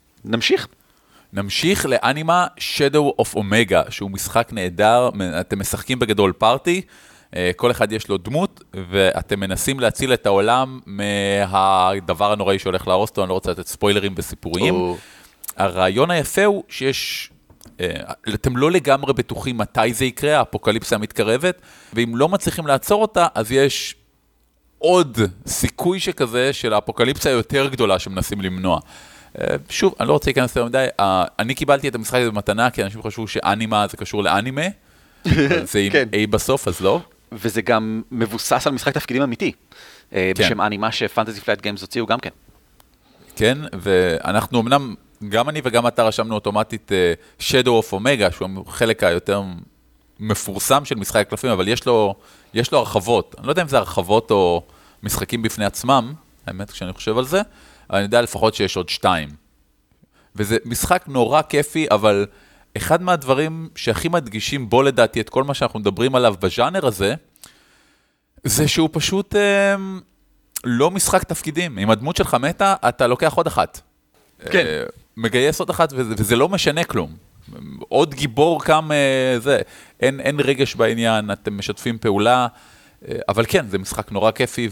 נמשיך לאנימה Shadow of Omega, שהוא משחק נהדר, אתם משחקים בגדול פארטי, כל אחד יש לו דמות, ואתם מנסים להציל את העולם מהדבר הנוראי שהולך להרוס אותו, אני לא רוצה לתת ספוילרים וסיפורים. הרעיון היפה הוא שיש, אתם לא לגמרי בטוחים מתי זה יקרה, האפוקליפסה המתקרבת, ואם לא מצליחים לעצור אותה, אז יש עוד סיכוי שכזה של האפוקליפסה היותר גדולה שמנסים למנוע. שוב, אני לא רוצה להיכנס יותר מדי, אני קיבלתי את המשחק הזה במתנה, כי אנשים חשבו שאנימה זה קשור לאנימה, זה עם A בסוף, אז לא. וזה גם מבוסס על משחק תפקידים אמיתי, בשם אנימה שפנטזי פלייט גיימס הוציאו גם כן. כן, ואנחנו אמנם, גם אני וגם אתה רשמנו אוטומטית Shadow of Omega, שהוא החלק היותר מפורסם של משחק הקלפים, אבל יש לו הרחבות. אני לא יודע אם זה הרחבות או משחקים בפני עצמם, האמת כשאני חושב על זה, אבל אני יודע לפחות שיש עוד 2. וזה משחק נורא כיפי, אבל אחד מהדברים שהכי מדגישים בו לדעתי את כל מה שאנחנו מדברים עליו בז'אנר הזה, זה שהוא פשוט לא משחק תפקידים. אם הדמות שלך מתה, אתה לוקח עוד אחת. כן. מגייס עוד אחת, וזה לא משנה כלום. עוד גיבור קם, אין רגש בעניין, אתם משתפים פעולה, אבל כן, זה משחק נורא כיפי,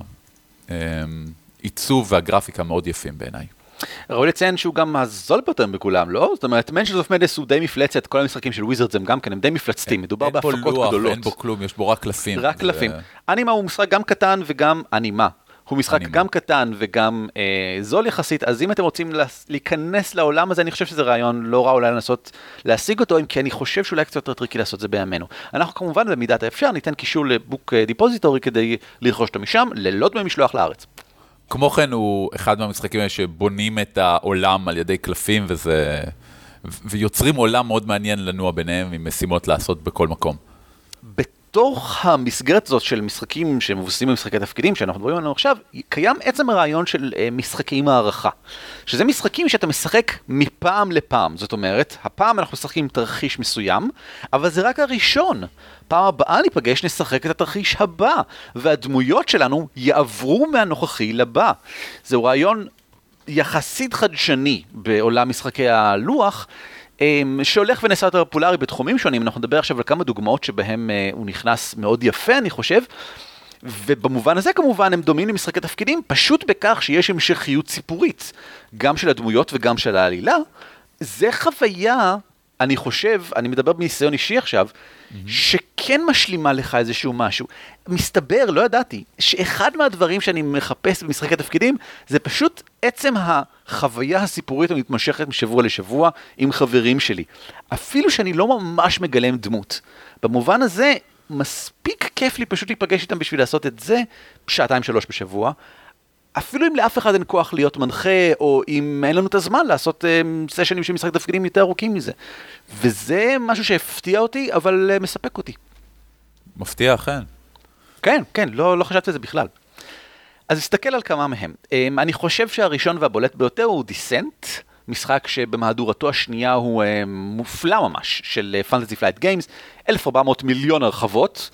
והעיצוב והגרפיקה מאוד יפים בעיניי. ראוי לציין שהוא גם הזול ביותר בכולם, לא? זאת אומרת, Mansions of Madness הוא די מפלצת, כל המשחקים של וויזרדס הם גם כן, הם די מפלצתים, מדובר בהפקות גדולות. אין בו כלום, יש בו רק קלפים. רק קלפים. אנימה הוא משחק גם קטן וגם אנימה. הוא משחק גם קטן וגם זול יחסית, אז אם אתם רוצים להיכנס לעולם הזה, אני חושב שזה רעיון לא רע אולי לנסות להשיג אותו, כי אני חושב שאולי קצת יותר טריקי לעשות זה בימינו. אנחנו כמובן במידת האפשר ניתן קישור לבוק דיפוזיטורי כדי לרכוש אותו משם, ללא דמי משלוח לארץ. כמו כן הוא אחד מהמשחקים האלה שבונים את העולם על ידי קלפים, ויוצרים עולם מאוד מעניין לנוע ביניהם עם משימות לעשות בכל מקום. בתוך המסגרת הזאת של משחקים שמבוססים במשחקי תפקידים שאנחנו מדברים עליהם עכשיו, קיים עצם הרעיון של משחקי עם הערכה. שזה משחקים שאתה משחק מפעם לפעם. זאת אומרת, הפעם אנחנו משחקים תרחיש מסוים, אבל זה רק הראשון. פעם הבאה ניפגש, נשחק את התרחיש הבא, והדמויות שלנו יעברו מהנוכחי לבא. זהו רעיון יחסית חדשני בעולם משחקי הלוח, שהולך ונעשה יותר פופולרי בתחומים שונים. אנחנו נדבר עכשיו על כמה דוגמאות שבהם הוא נכנס מאוד יפה, אני חושב, ובמובן הזה כמובן הם דומים למשחקי תפקידים, פשוט בכך שיש המשכיות סיפורית, גם של הדמויות וגם של העלילה. זה חוויה, אני חושב, אני מדבר בניסיון אישי עכשיו, שכן משלימה לך איזשהו משהו. מסתבר, לא ידעתי, שאחד מהדברים שאני מחפש במשחקי תפקידים, זה פשוט עצם החוויה הסיפורית המתמשכת משבוע לשבוע עם חברים שלי. אפילו שאני לא ממש מגלם דמות. במובן הזה, מספיק כיף לי פשוט להיפגש איתם בשביל לעשות את זה, 2-3 בשבוע, אפילו אם לאף אחד אין כוח להיות מנחה, או אם אין לנו את הזמן לעשות סשנים של משחק תפקידים יותר ארוכים מזה. וזה משהו שהפתיע אותי, אבל מספק אותי. מפתיע, אכן. כן, כן, לא חשבתי על זה בכלל. אז הסתכל על כמה מהם. אני חושב שהראשון והבולט ביותר הוא דיסנט, משחק שבמהדורתו השנייה הוא מופלא ממש, של פנטזי פלייט גיימס, 1,400 מיליון הרחבות,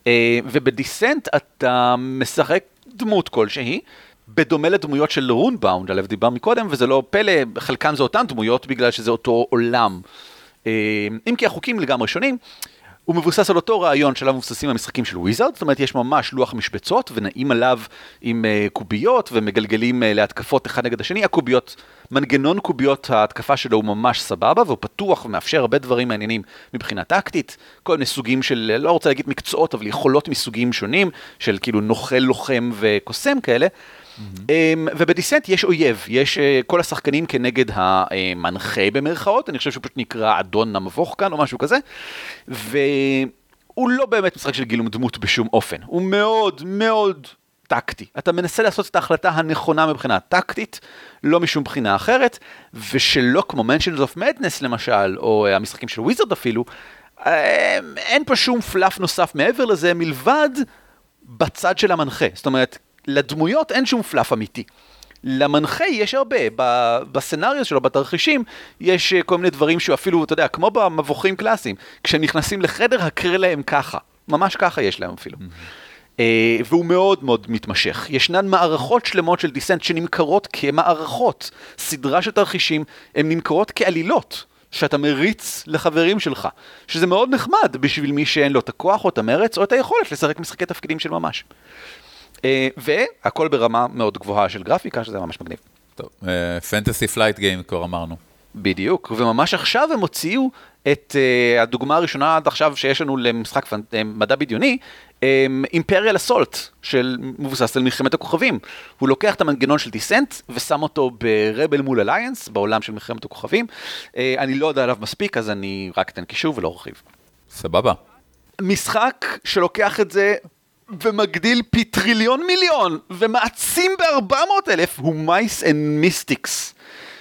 ובדיסנט אתה משחק דמות כלשהי, בדומה לדמויות של רונבאונד, עליו דיבר מקודם, וזה לא פלא, חלקם זה אותן דמויות, בגלל שזה אותו עולם. אם כי החוקים לגמרי שונים, הוא מבוסס על אותו רעיון שעליו מבוססים המשחקים של וויזארד, זאת אומרת, יש ממש לוח משבצות, ונעים עליו עם קוביות, ומגלגלים להתקפות אחד נגד השני. הקוביות, מנגנון קוביות, ההתקפה שלו הוא ממש סבבה, והוא פתוח ומאפשר הרבה דברים מעניינים מבחינה טקטית, כל מיני סוגים של, לא רוצה להגיד מקצועות, אבל יכולות מסוגים שונים, של כאילו נוכל, לוחם וקוסם כאלה, ובדיסנט יש אויב, יש כל השחקנים כנגד המנחה במרכאות, אני חושב שהוא פשוט נקרא אדון המבוך כאן או משהו כזה, והוא לא באמת משחק של גילום דמות בשום אופן, הוא מאוד מאוד טקטי, אתה מנסה לעשות את ההחלטה הנכונה מבחינה טקטית, לא משום בחינה אחרת, ושלא כמו Mansions of Madness למשל, או המשחקים של וויזרד אפילו, אין פה שום פלאף נוסף מעבר לזה, מלבד בצד של המנחה, זאת אומרת, לדמויות אין שום פלאף אמיתי. למנחה יש הרבה, בסנריו שלו, בתרחישים, יש כל מיני דברים שהוא אפילו, אתה יודע, כמו במבוכים קלאסיים, כשהם נכנסים לחדר, הקרא להם ככה. ממש ככה יש להם אפילו. והוא מאוד מאוד מתמשך. ישנן מערכות שלמות של דיסנט שנמכרות כמערכות. סדרה של תרחישים, הן נמכרות כעלילות, שאתה מריץ לחברים שלך. שזה מאוד נחמד בשביל מי שאין לו את הכוח או את המרץ, או את היכולת לשחק משחקי תפקידים של ממש. והכל ברמה מאוד גבוהה של גרפיקה, שזה ממש מגניב. טוב, פנטסי פלייט גיים כבר אמרנו. בדיוק, וממש עכשיו הם הוציאו את הדוגמה הראשונה עד עכשיו שיש לנו למשחק מדע בדיוני, אימפריאל אסולט, של מבוסס על מלחמת הכוכבים. הוא לוקח את המנגנון של דיסנט ושם אותו ברבל מול אליינס, בעולם של מלחמת הכוכבים. אני לא יודע עליו מספיק, אז אני רק אתן קישור ולא ארחיב. סבבה. משחק שלוקח את זה ומגדיל פי טריליון מיליון ומעצים ב-400,000 הוא Mice and Mystics.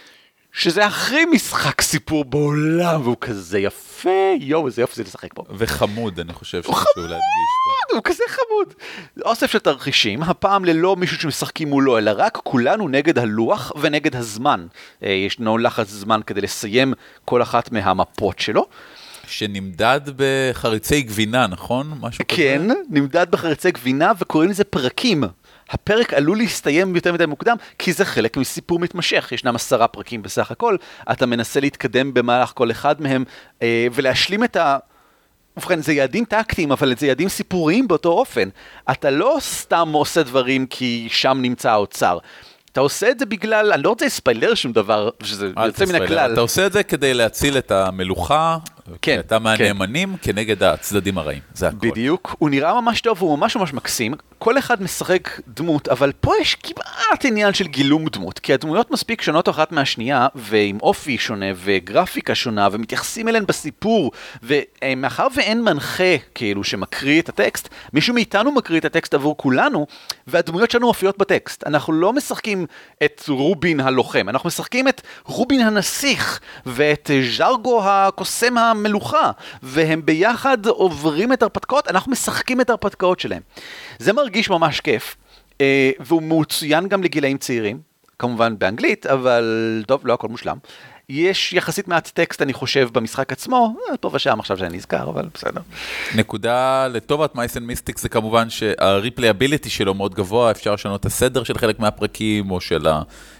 שזה הכי משחק סיפור בעולם, והוא כזה יפה, איזה יופי זה לשחק פה. וחמוד, אני חושב שחשוב להדגיש פה. הוא כזה חמוד. אוסף של תרחישים, הפעם ללא מישהו שמשחקים מולו, אלא רק כולנו נגד הלוח ונגד הזמן. ישנו לחץ זמן כדי לסיים כל אחת מהמפות שלו. שנמדד בחריצי גבינה, נכון? משהו כזה? כן, נמדד בחריצי גבינה וקוראים לזה פרקים. הפרק עלול להסתיים יותר מדי מוקדם, כי זה חלק מסיפור מתמשך. ישנם 10 פרקים בסך הכל, אתה מנסה להתקדם במהלך כל אחד מהם, ולהשלים את ובכן, זה יעדים טקטיים, אבל זה יעדים סיפוריים באותו אופן. אתה לא סתם עושה דברים כי שם נמצא האוצר. אתה עושה את זה בגלל, אני לא רוצה לספיילר שום דבר, שזה יוצא מן הכלל. אתה עושה את זה כדי להציל את המלוכה, כן, אתה מהנאמנים כנגד הצדדים הרעים. זה הכל. בדיוק, הוא נראה ממש טוב, הוא ממש ממש מקסים. כל אחד משחק דמות, אבל פה יש כמעט עניין של גילום דמות, כי הדמויות מספיק שונות אחת מהשנייה, ועם אופי שונה וגרפיקה שונה, ומתייחסים אליהן בסיפור, ומאחר ואין מנחה כאילו שמקריא את הטקסט, מישהו מאיתנו מקריא את הטקסט עבור כולנו, והדמויות שלנו מופיעות בטקסט. אנחנו לא משחקים את רובין הלוחם, אנחנו משחקים את רובין הנסיך, ואת ז'רגו הקוסם המלוכה, והם ביחד עוברים את הרפתקאות, אנחנו משחקים את הרפתקאות שלהם. זה מרגיש ממש כיף, והוא מצוין גם לגילאים צעירים, כמובן באנגלית, אבל טוב, לא הכל מושלם. יש יחסית מעט טקסט, אני חושב, במשחק עצמו, פה ושם עכשיו שאני נזכר, אבל בסדר. נקודה לטובת Mice and Mystics זה כמובן שהריפלייביליטי שלו מאוד גבוה, אפשר לשנות את הסדר של חלק מהפרקים, או של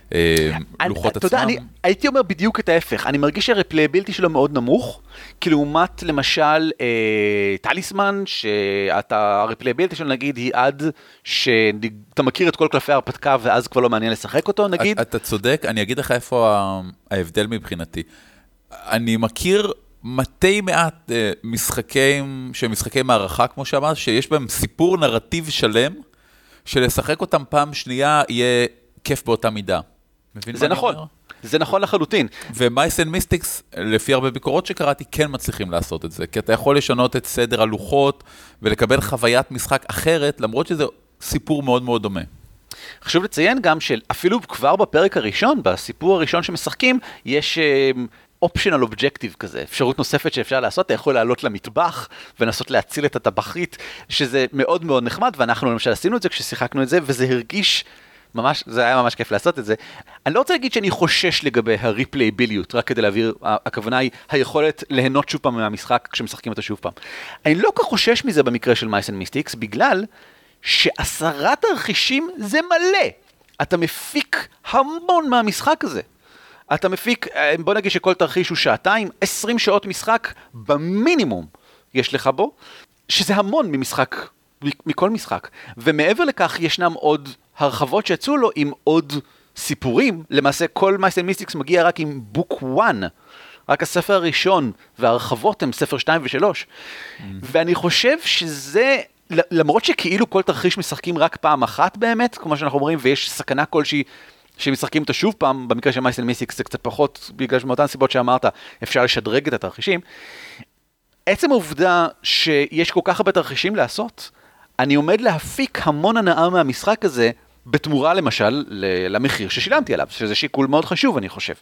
הלוחות עצמם. אתה יודע, הייתי אומר בדיוק את ההפך, אני מרגיש שהריפלייביליטי שלו מאוד נמוך, כי לעומת למשל טליסמן, שהריפלייביליטי שלו נגיד היא עד שאתה מכיר את כל קלפי ההרפתקה, ואז כבר לא מעניין לשחק אותו, נגיד. אתה צודק, אני אגיד לך איפה ההבדל מבחינתי. אני מכיר מתי מעט משחקי מערכה, כמו שאמרת, שיש בהם סיפור נרטיב שלם, שלשחק אותם פעם שנייה יהיה כיף באותה מידה. זה נכון, זה נכון לחלוטין. ו-Mice and Mystics, לפי הרבה ביקורות שקראתי, כן מצליחים לעשות את זה, כי אתה יכול לשנות את סדר הלוחות, ולקבל חוויית משחק אחרת, למרות שזה סיפור מאוד מאוד דומה. חשוב לציין גם שאפילו כבר בפרק הראשון, בסיפור הראשון שמשחקים, יש אופשיונל אובג'קטיב כזה, אפשרות נוספת שאפשר לעשות, אתה יכול לעלות למטבח ולנסות להציל את הטבחית, שזה מאוד מאוד נחמד, ואנחנו למשל עשינו את זה כששיחקנו את זה, וזה הרגיש ממש, זה היה ממש כיף לעשות את זה. אני לא רוצה להגיד שאני חושש לגבי הריפלייביליות, רק כדי להעביר, הכוונה היא היכולת ליהנות שוב פעם מהמשחק כשמשחקים אותו שוב פעם. אני לא כך חושש מזה במקרה של Mice and Mystics, בגלל ש10 תרחישים זה מלא. אתה מפיק המון מהמשחק הזה. אתה מפיק, בוא נגיד שכל תרחיש הוא 2 שעות, 20 שעות משחק במינימום יש לך בו, שזה המון ממשחק, מכל משחק. ומעבר לכך ישנם עוד הרחבות שיצאו לו עם עוד סיפורים. למעשה כל Mice and Mystics מגיע רק עם בוק 1, רק הספר הראשון, והרחבות הם ספר 2 ו3. ואני חושב שזה, למרות שכאילו כל תרחיש משחקים רק פעם אחת באמת, כמו שאנחנו אומרים, ויש סכנה כלשהי שמשחקים אותו שוב פעם, במקרה של Mice and Mystics זה קצת פחות, בגלל שמאותן סיבות שאמרת, אפשר לשדרג את התרחישים. עצם העובדה שיש כל כך הרבה תרחישים לעשות, אני עומד להפיק המון הנאה מהמשחק הזה, בתמורה למשל למחיר ששילמתי עליו, שזה שיקול מאוד חשוב אני חושב.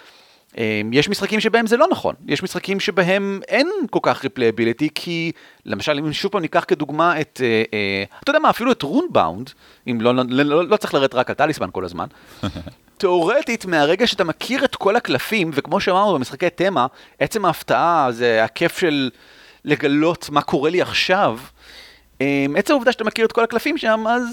יש משחקים שבהם זה לא נכון, יש משחקים שבהם אין כל כך ריפלייביליטי, כי למשל אם שוב פעם ניקח כדוגמה את, אתה יודע מה, אפילו את רונבאונד, אם לא צריך לראות רק על טליסמן כל הזמן, תיאורטית מהרגע שאתה מכיר את כל הקלפים, וכמו שאמרנו במשחקי תמה, עצם ההפתעה זה הכיף של לגלות מה קורה לי עכשיו, עצם העובדה שאתה מכיר את כל הקלפים שם, אז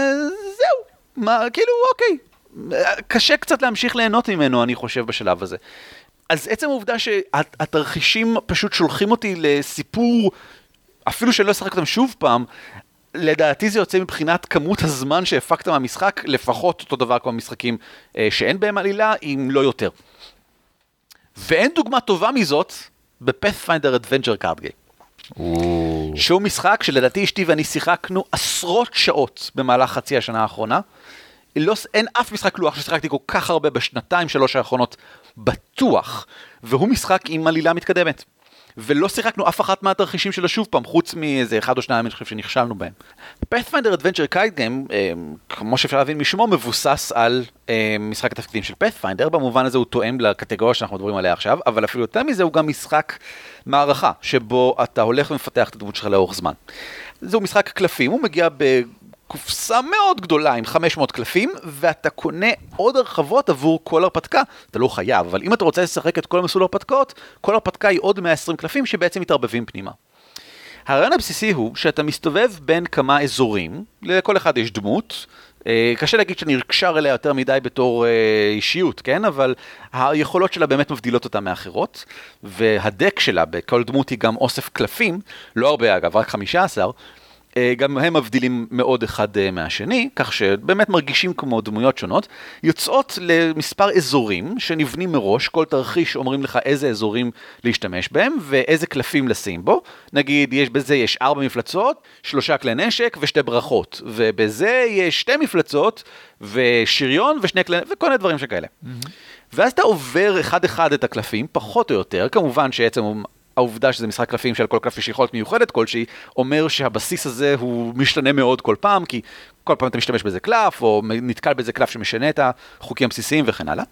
זהו, כאילו אוקיי, קשה קצת להמשיך ליהנות ממנו, אני חושב, בשלב הזה. אז עצם העובדה שהתרחישים פשוט שולחים אותי לסיפור, אפילו שאני לא אשחק אותם שוב פעם, לדעתי זה יוצא מבחינת כמות הזמן שהפקת מהמשחק, לפחות אותו דבר כמו משחקים שאין בהם עלילה, אם לא יותר. ואין דוגמה טובה מזאת ב-Pathfinder Adventure Card Game. שהוא משחק שלדעתי אשתי ואני שיחקנו עשרות שעות במהלך חצי השנה האחרונה. אין אף משחק לוח ששיחקתי כל כך הרבה בשנתיים שלוש האחרונות בטוח, והוא משחק עם עלילה מתקדמת. ולא שיחקנו אף אחת מהתרחישים שלו שוב פעם, חוץ מאיזה אחד או שניים אני חושב שנכשלנו בהם. Pathfinder Adventure Card Game, כמו שאפשר להבין משמו, מבוסס על משחק התפקידים של Pathfinder, במובן הזה הוא תואם לקטגוריה שאנחנו מדברים עליה עכשיו, אבל אפילו יותר מזה הוא גם משחק מערכה, שבו אתה הולך ומפתח את הדמות שלך לאורך זמן. זהו משחק קלפים, הוא מגיע קופסה מאוד גדולה עם 500 קלפים, ואתה קונה עוד הרחבות עבור כל הרפתקה. אתה לא חייב, אבל אם אתה רוצה לשחק את כל המסלול הרפתקאות, כל הרפתקה היא עוד 120 קלפים שבעצם מתערבבים פנימה. הרעיון הבסיסי הוא שאתה מסתובב בין כמה אזורים, לכל אחד יש דמות, קשה להגיד שנרקשר אליה יותר מדי בתור אישיות, כן? אבל היכולות שלה באמת מבדילות אותה מאחרות, והדק שלה בכל דמות היא גם אוסף קלפים, לא הרבה אגב, רק 15, גם הם מבדילים מאוד אחד מהשני, כך שבאמת מרגישים כמו דמויות שונות, יוצאות למספר אזורים שנבנים מראש, כל תרחיש אומרים לך איזה אזורים להשתמש בהם, ואיזה קלפים לשים בו. נגיד, בזה יש 4 מפלצות, 3 כלי נשק ו2 ברכות, ובזה יש 2 מפלצות ושריון ו2 כלי נשק, וכל מיני דברים שכאלה. ואז אתה עובר אחד את הקלפים, פחות או יותר, כמובן שעצם העובדה שזה משחק קלפים של כל קלף יש יכולת מיוחדת כלשהי, אומר שהבסיס הזה הוא משתנה מאוד כל פעם, כי כל פעם אתה משתמש בזה קלף, או נתקל בזה קלף שמשנה את החוקים הבסיסיים וכן הלאה.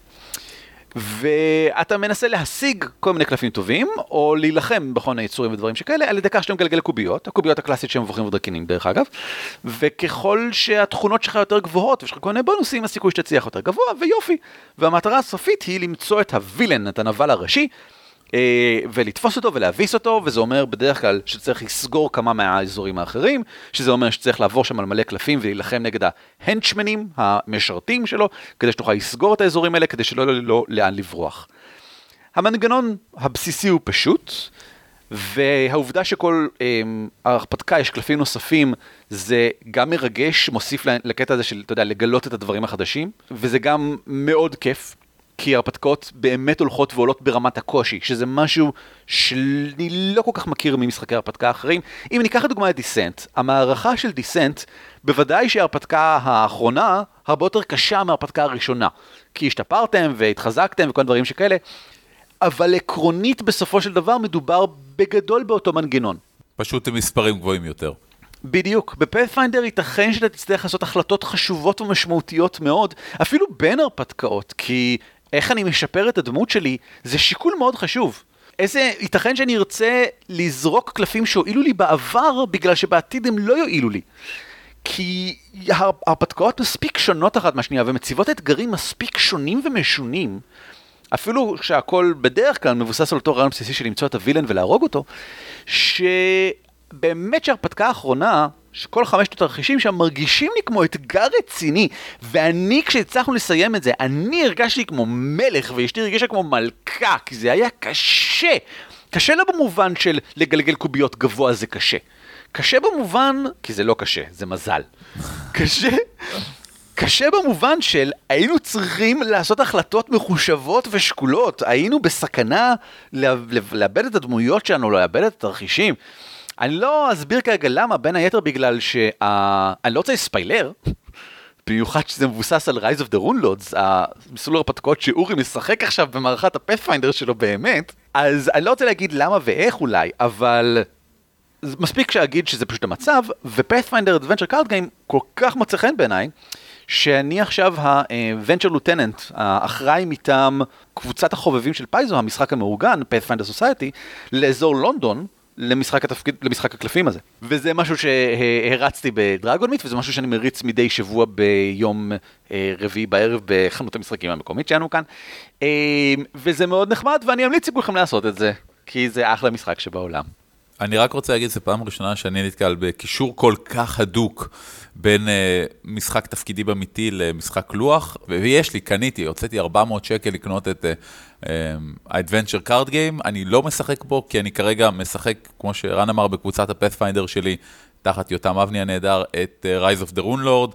ואתה מנסה להשיג כל מיני קלפים טובים, או להילחם בכל מיני יצורים ודברים שכאלה, על ידי כך שאתה מגלגל קוביות, הקוביות הקלאסית שהם מבוכים ודרקינים דרך אגב, וככל שהתכונות שלך יותר גבוהות, ויש לך כל מיני בונוסים, הסיכוי שתצליח יותר גבוה, ויופי. והמטרה הסופית היא למצוא את הווילן, את הנבל הראשי, ולתפוס אותו ולהביס אותו, וזה אומר בדרך כלל שצריך לסגור כמה מהאזורים האחרים, שזה אומר שצריך לעבור שם על מלא קלפים ולהילחם נגד ההנצ'מנים, המשרתים שלו, כדי שתוכל לסגור את האזורים האלה, כדי שלא לא לאן לברוח. המנגנון הבסיסי הוא פשוט, והעובדה שכל הרפתקה יש קלפים נוספים, זה גם מרגש, מוסיף לקטע הזה של, אתה יודע, לגלות את הדברים החדשים, וזה גם מאוד כיף. כי הרפתקאות באמת הולכות ועולות ברמת הקושי, שזה משהו שאני לא כל כך מכיר ממשחקי הרפתקה האחרים. אם ניקח לדוגמה את דיסנט, המערכה של דיסנט, בוודאי שההרפתקה האחרונה הרבה יותר קשה מההרפתקה הראשונה, כי השתפרתם והתחזקתם וכל דברים שכאלה, אבל עקרונית בסופו של דבר מדובר בגדול באותו מנגנון. פשוט מספרים גבוהים יותר. בדיוק, בפאת'פיינדר ייתכן שאתה תצטרך לעשות החלטות חשובות ומשמעותיות מאוד, אפילו בין הרפתקאות, כי איך אני משפר את הדמות שלי, זה שיקול מאוד חשוב. ייתכן שאני ארצה לזרוק קלפים שהועילו לי בעבר, בגלל שבעתיד הם לא יועילו לי. כי ההרפתקאות מספיק שונות אחת מהשנייה, ומציבות אתגרים מספיק שונים ומשונים, אפילו שהכל בדרך כלל מבוסס על אותו רעיון בסיסי של למצוא את הווילן ולהרוג אותו, שבאמת שההרפתקה האחרונה, שכל 5 תרחישים שם מרגישים לי כמו אתגר רציני, ואני כשהצלחנו לסיים את זה, אני הרגשתי כמו מלך, ואשתי הרגישה כמו מלכה, כי זה היה קשה. קשה לא במובן של לגלגל קוביות גבוה זה קשה. קשה במובן, כי זה לא קשה, זה מזל. קשה במובן של היינו צריכים לעשות החלטות מחושבות ושקולות, היינו בסכנה לאבד את הדמויות שלנו, לאבד את התרחישים. אני לא אסביר כרגע למה, בין היתר בגלל אני לא רוצה לספיילר, במיוחד שזה מבוסס על Rise of the Runelords, המסלול הרפתקאות שאורי משחק עכשיו במערכת הפאת'פיינדר שלו באמת, אז אני לא רוצה להגיד למה ואיך אולי, אבל מספיק שאגיד שזה פשוט המצב, ופאת'פיינדר Adventure Card Game כל כך מוצא חן בעיניי, שאני עכשיו ה-Venture Lieutenant, האחראי מטעם קבוצת החובבים של פייזו, המשחק המאורגן, Pathfinder Society, לאזור לונדון, למשחק הקלפים הזה. וזה משהו שהרצתי בדרגון מיט, וזה משהו שאני מריץ מדי שבוע ביום רביעי בערב בחנות המשחקים המקומית שלנו כאן. וזה מאוד נחמד, ואני אמליץ לכולכם לעשות את זה, כי זה אחלה משחק שבעולם. אני רק רוצה להגיד, זו פעם ראשונה שאני נתקל בקישור כל כך הדוק בין משחק תפקידי אמיתי למשחק לוח, ויש לי, קניתי, הוצאתי 400 שקל לקנות את ה-Adventure Card Game, אני לא משחק בו, כי אני כרגע משחק, כמו שרן אמר, בקבוצת הפאת'פיינדר שלי, תחת יותם אבני הנהדר, את Rise of the Runelord,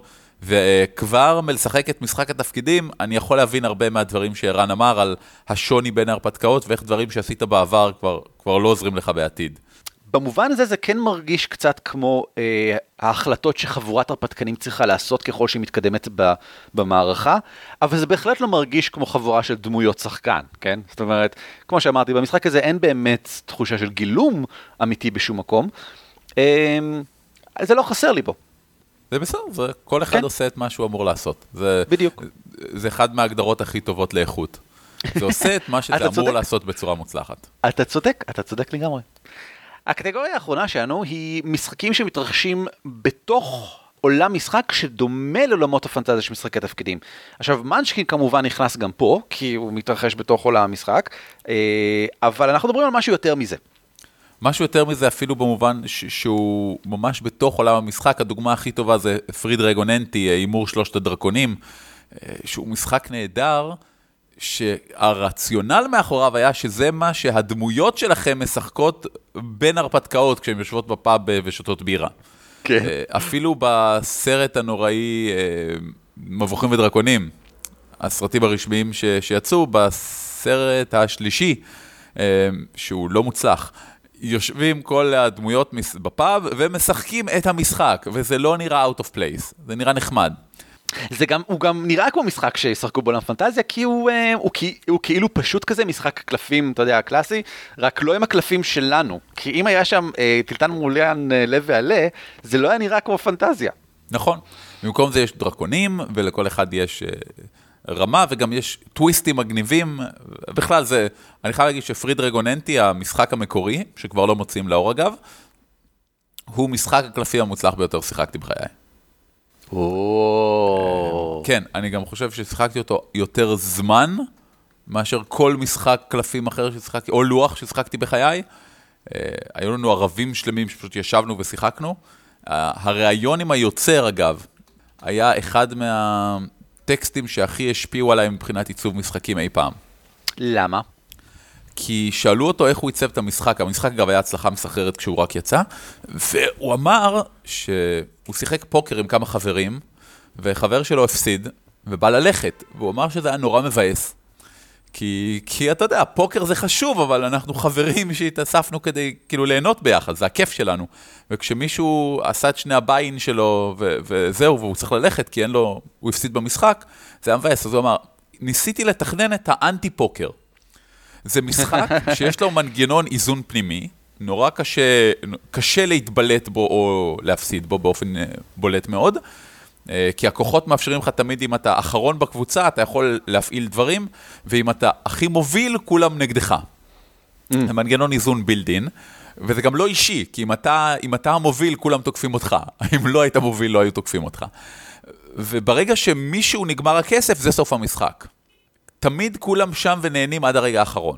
וכבר מלשחק את משחק התפקידים, אני יכול להבין הרבה מהדברים שערן אמר על השוני בין ההרפתקאות, ואיך דברים שעשית בעבר כבר לא עוזרים לך בעתיד. במובן הזה זה כן מרגיש קצת כמו ההחלטות שחבורת הרפתקנים צריכה לעשות ככל שהיא מתקדמת במערכה, אבל זה בהחלט לא מרגיש כמו חבורה של דמויות שחקן, כן? זאת אומרת, כמו שאמרתי, במשחק הזה אין באמת תחושה של גילום אמיתי בשום מקום, זה לא חסר לי בו. זה בסדר, כל אחד עושה את מה שהוא אמור לעשות. בדיוק. זה אחד מההגדרות הכי טובות לאיכות. זה עושה את מה שזה אמור לעשות בצורה מוצלחת. אתה צודק לגמרי. הקטגוריה האחרונה שלנו היא משחקים שמתרחשים בתוך עולם משחק שדומה לעולמות הפנטזיה של משחקי תפקידים. עכשיו, מנצ'קין כמובן נכנס גם פה, כי הוא מתרחש בתוך עולם המשחק, אבל אנחנו מדברים על משהו יותר מזה. משהו יותר מזה אפילו במובן שהוא ממש בתוך עולם המשחק. הדוגמה הכי טובה זה פריד רגוננטי, הימור שלושת הדרקונים, שהוא משחק נהדר, שהרציונל מאחוריו היה שזה מה שהדמויות שלכם משחקות בין הרפתקאות כשהן יושבות בפאב ושותות בירה. כן. אפילו בסרט הנוראי מבוכים ודרקונים, הסרטים הרשמיים שיצאו, בסרט השלישי, שהוא לא מוצלח, יושבים כל הדמויות בפאב ומשחקים את המשחק, וזה לא נראה out of place, זה נראה נחמד. הוא גם נראה כמו משחק שישחקו בעולם פנטזיה, כי הוא כאילו פשוט כזה משחק קלפים, אתה יודע, הקלאסי, רק לא עם הקלפים שלנו. כי אם היה שם טילטן מוליאן לב ועלה, זה לא היה נראה כמו פנטזיה. נכון. במקום זה יש דרקונים, ולכל אחד יש רמה, וגם יש טוויסטים מגניבים. בכלל זה, אני חייב להגיד שפריד רגוננטי, המשחק המקורי, שכבר לא מוצאים לאור אגב, הוא משחק הקלפים המוצלח ביותר שיחקתי בחיי. כן, אני גם חושב ששיחקתי אותו יותר זמן, מאשר כל משחק קלפים אחר ששיחקתי, או לוח ששיחקתי בחיי. היו לנו ערבים שלמים שפשוט ישבנו ושיחקנו. הרעיון עם היוצר, אגב, היה אחד מהטקסטים שהכי השפיעו עליי מבחינת עיצוב משחקים אי פעם. למה? כי שאלו אותו איך הוא ייצב את המשחק. המשחק אגב היה הצלחה מסחררת כשהוא רק יצא, והוא אמר שהוא שיחק פוקר עם כמה חברים, וחבר שלו הפסיד, ובא ללכת, והוא אמר שזה היה נורא מבאס, כי אתה יודע, פוקר זה חשוב, אבל אנחנו חברים שהתאספנו כדי כאילו ליהנות ביחד, זה הכיף שלנו, וכשמישהו עשה את שני הביין שלו, וזהו, והוא צריך ללכת, כי אין לו, הוא הפסיד במשחק, זה היה מבאס, אז הוא אמר, ניסיתי לתכנן את האנטי פוקר, זה משחק שיש לו מנגנון איזון פנימי, נורא קשה להתבלט בו או להפסיד בו באופן בולט מאוד, כי הכוחות מאפשרים לך תמיד, אם אתה אחרון בקבוצה, אתה יכול להפעיל דברים, ואם אתה הכי מוביל, כולם נגדך. המנגנון איזון בילדין, וזה גם לא אישי, כי אם אתה המוביל, כולם תוקפים אותך. אם לא היית מוביל, לא היו תוקפים אותך. וברגע שמישהו נגמר הכסף, זה סוף המשחק. תמיד כולם שם ונהנים עד הרגע האחרון.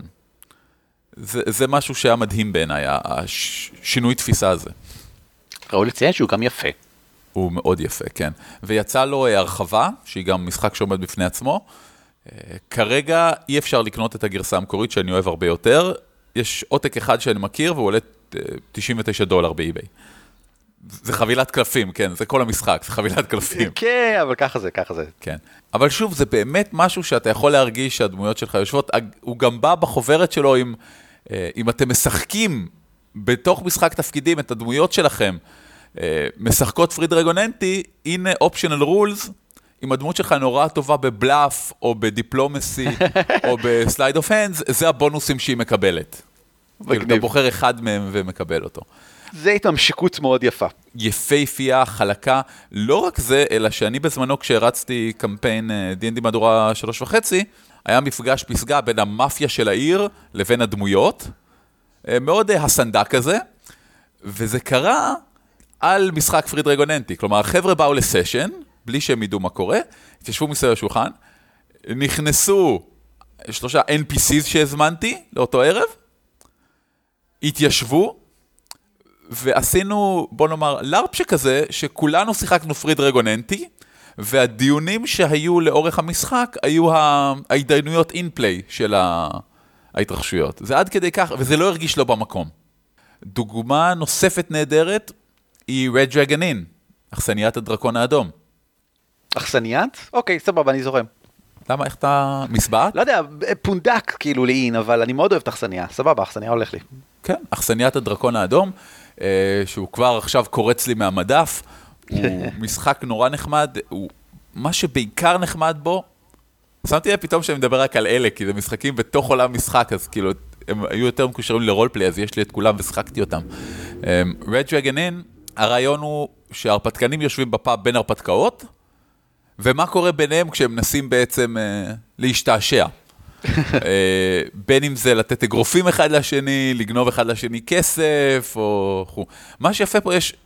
זה משהו שהיה מדהים בעיניי, השינוי תפיסה הזה. ראוי לציין שהוא גם יפה. הוא מאוד יפה, כן. ויצא לו הרחבה, שהיא גם משחק שעומד בפני עצמו. כרגע אי אפשר לקנות את הגרסה המקורית שאני אוהב הרבה יותר. יש עותק אחד שאני מכיר, והוא עולה $99 באי-ביי. זה חבילת קלפים, כן, זה כל המשחק, זה חבילת קלפים. כן, אבל ככה זה. כן. אבל שוב, זה באמת משהו שאתה יכול להרגיש שהדמויות שלך יושבות. הוא גם בא בחוברת שלו אם אתם משחקים בתוך משחק תפקידים את הדמויות שלכם, משחקות פריד רגוננטי, הנה optional rules, אם הדמות שלך נורא טובה בבלאף, או בדיפלומסי, או בסלייד אוף הנדס, זה הבונוסים שהיא מקבלת. אתה בוחר אחד מהם ומקבל אותו. זה התממשקות מאוד יפה. יפהפייה, חלקה, לא רק זה, אלא שאני בזמנו כשהרצתי קמפיין D&D מהדורה 3.5, היה מפגש פסגה בין המאפיה של העיר לבין הדמויות, מאוד הסנדק הזה, וזה קרה על משחק פריד רגוננטי, כלומר, החבר'ה באו לסשן, בלי שהם ידעו מה קורה, התיישבו מסביב השולחן, נכנסו 3 NPCs שהזמנתי לאותו ערב, התיישבו, ועשינו, בוא נאמר, לארפ שכזה, שכולנו שיחקנו פריד רגוננטי, והדיונים שהיו לאורך המשחק, היו ההתדיינויות אין-פליי של ההתרחשויות. זה עד כדי כך, וזה לא הרגיש לו במקום. דוגמה נוספת נהדרת, היא Red Dragon Inn, אכסניית הדרקון האדום. אכסניית? אוקיי, סבבה, אני זורם. למה, איך אתה מסבעת? לא יודע, פונדק כאילו לעין, אבל אני מאוד אוהב את אכסניה. סבבה, אכסניה הולך לי. כן, אכסניית הדרקון האדום, שהוא כבר עכשיו קורץ לי מהמדף, הוא משחק נורא נחמד, מה שבעיקר נחמד בו, שמתי לב פתאום שאני מדבר רק על אלה, כי זה משחקים בתוך עולם משחק, אז כאילו, הם היו יותר מקושרים לרולפלי, אז יש לי את כולם ושחקתי אותם. Red Dragon Inn, הרעיון הוא שההרפתקנים יושבים בפאב בין הרפתקאות, ומה קורה ביניהם כשהם מנסים בעצם להשתעשע. בין אם זה לתת אגרופים אחד לשני, לגנוב אחד לשני כסף, או... מה שיפה פה יש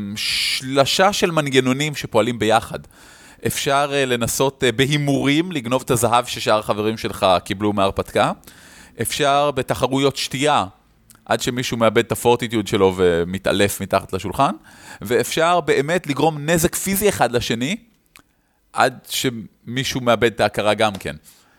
שלשה של מנגנונים שפועלים ביחד. אפשר לנסות בהימורים לגנוב את הזהב ששאר החברים שלך קיבלו מההרפתקה. אפשר בתחרויות שתייה, עד שמישהו מאבד את הפורטיטיוד שלו ומתעלף מתחת לשולחן. ואפשר באמת לגרום נזק פיזי אחד לשני, עד שמישהו מאבד את ההכרה גם כן.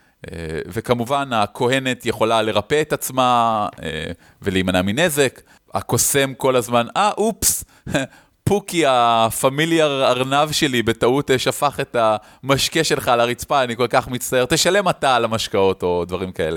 וכמובן, הכהנת יכולה לרפא את עצמה ולהימנע מנזק. הקוסם כל הזמן, אופס, פוקי, הפמיליאר ארנב שלי, בטעות שפך את המשקה שלך על הרצפה, אני כל כך מצטער, תשלם אתה על המשקאות או דברים כאלה.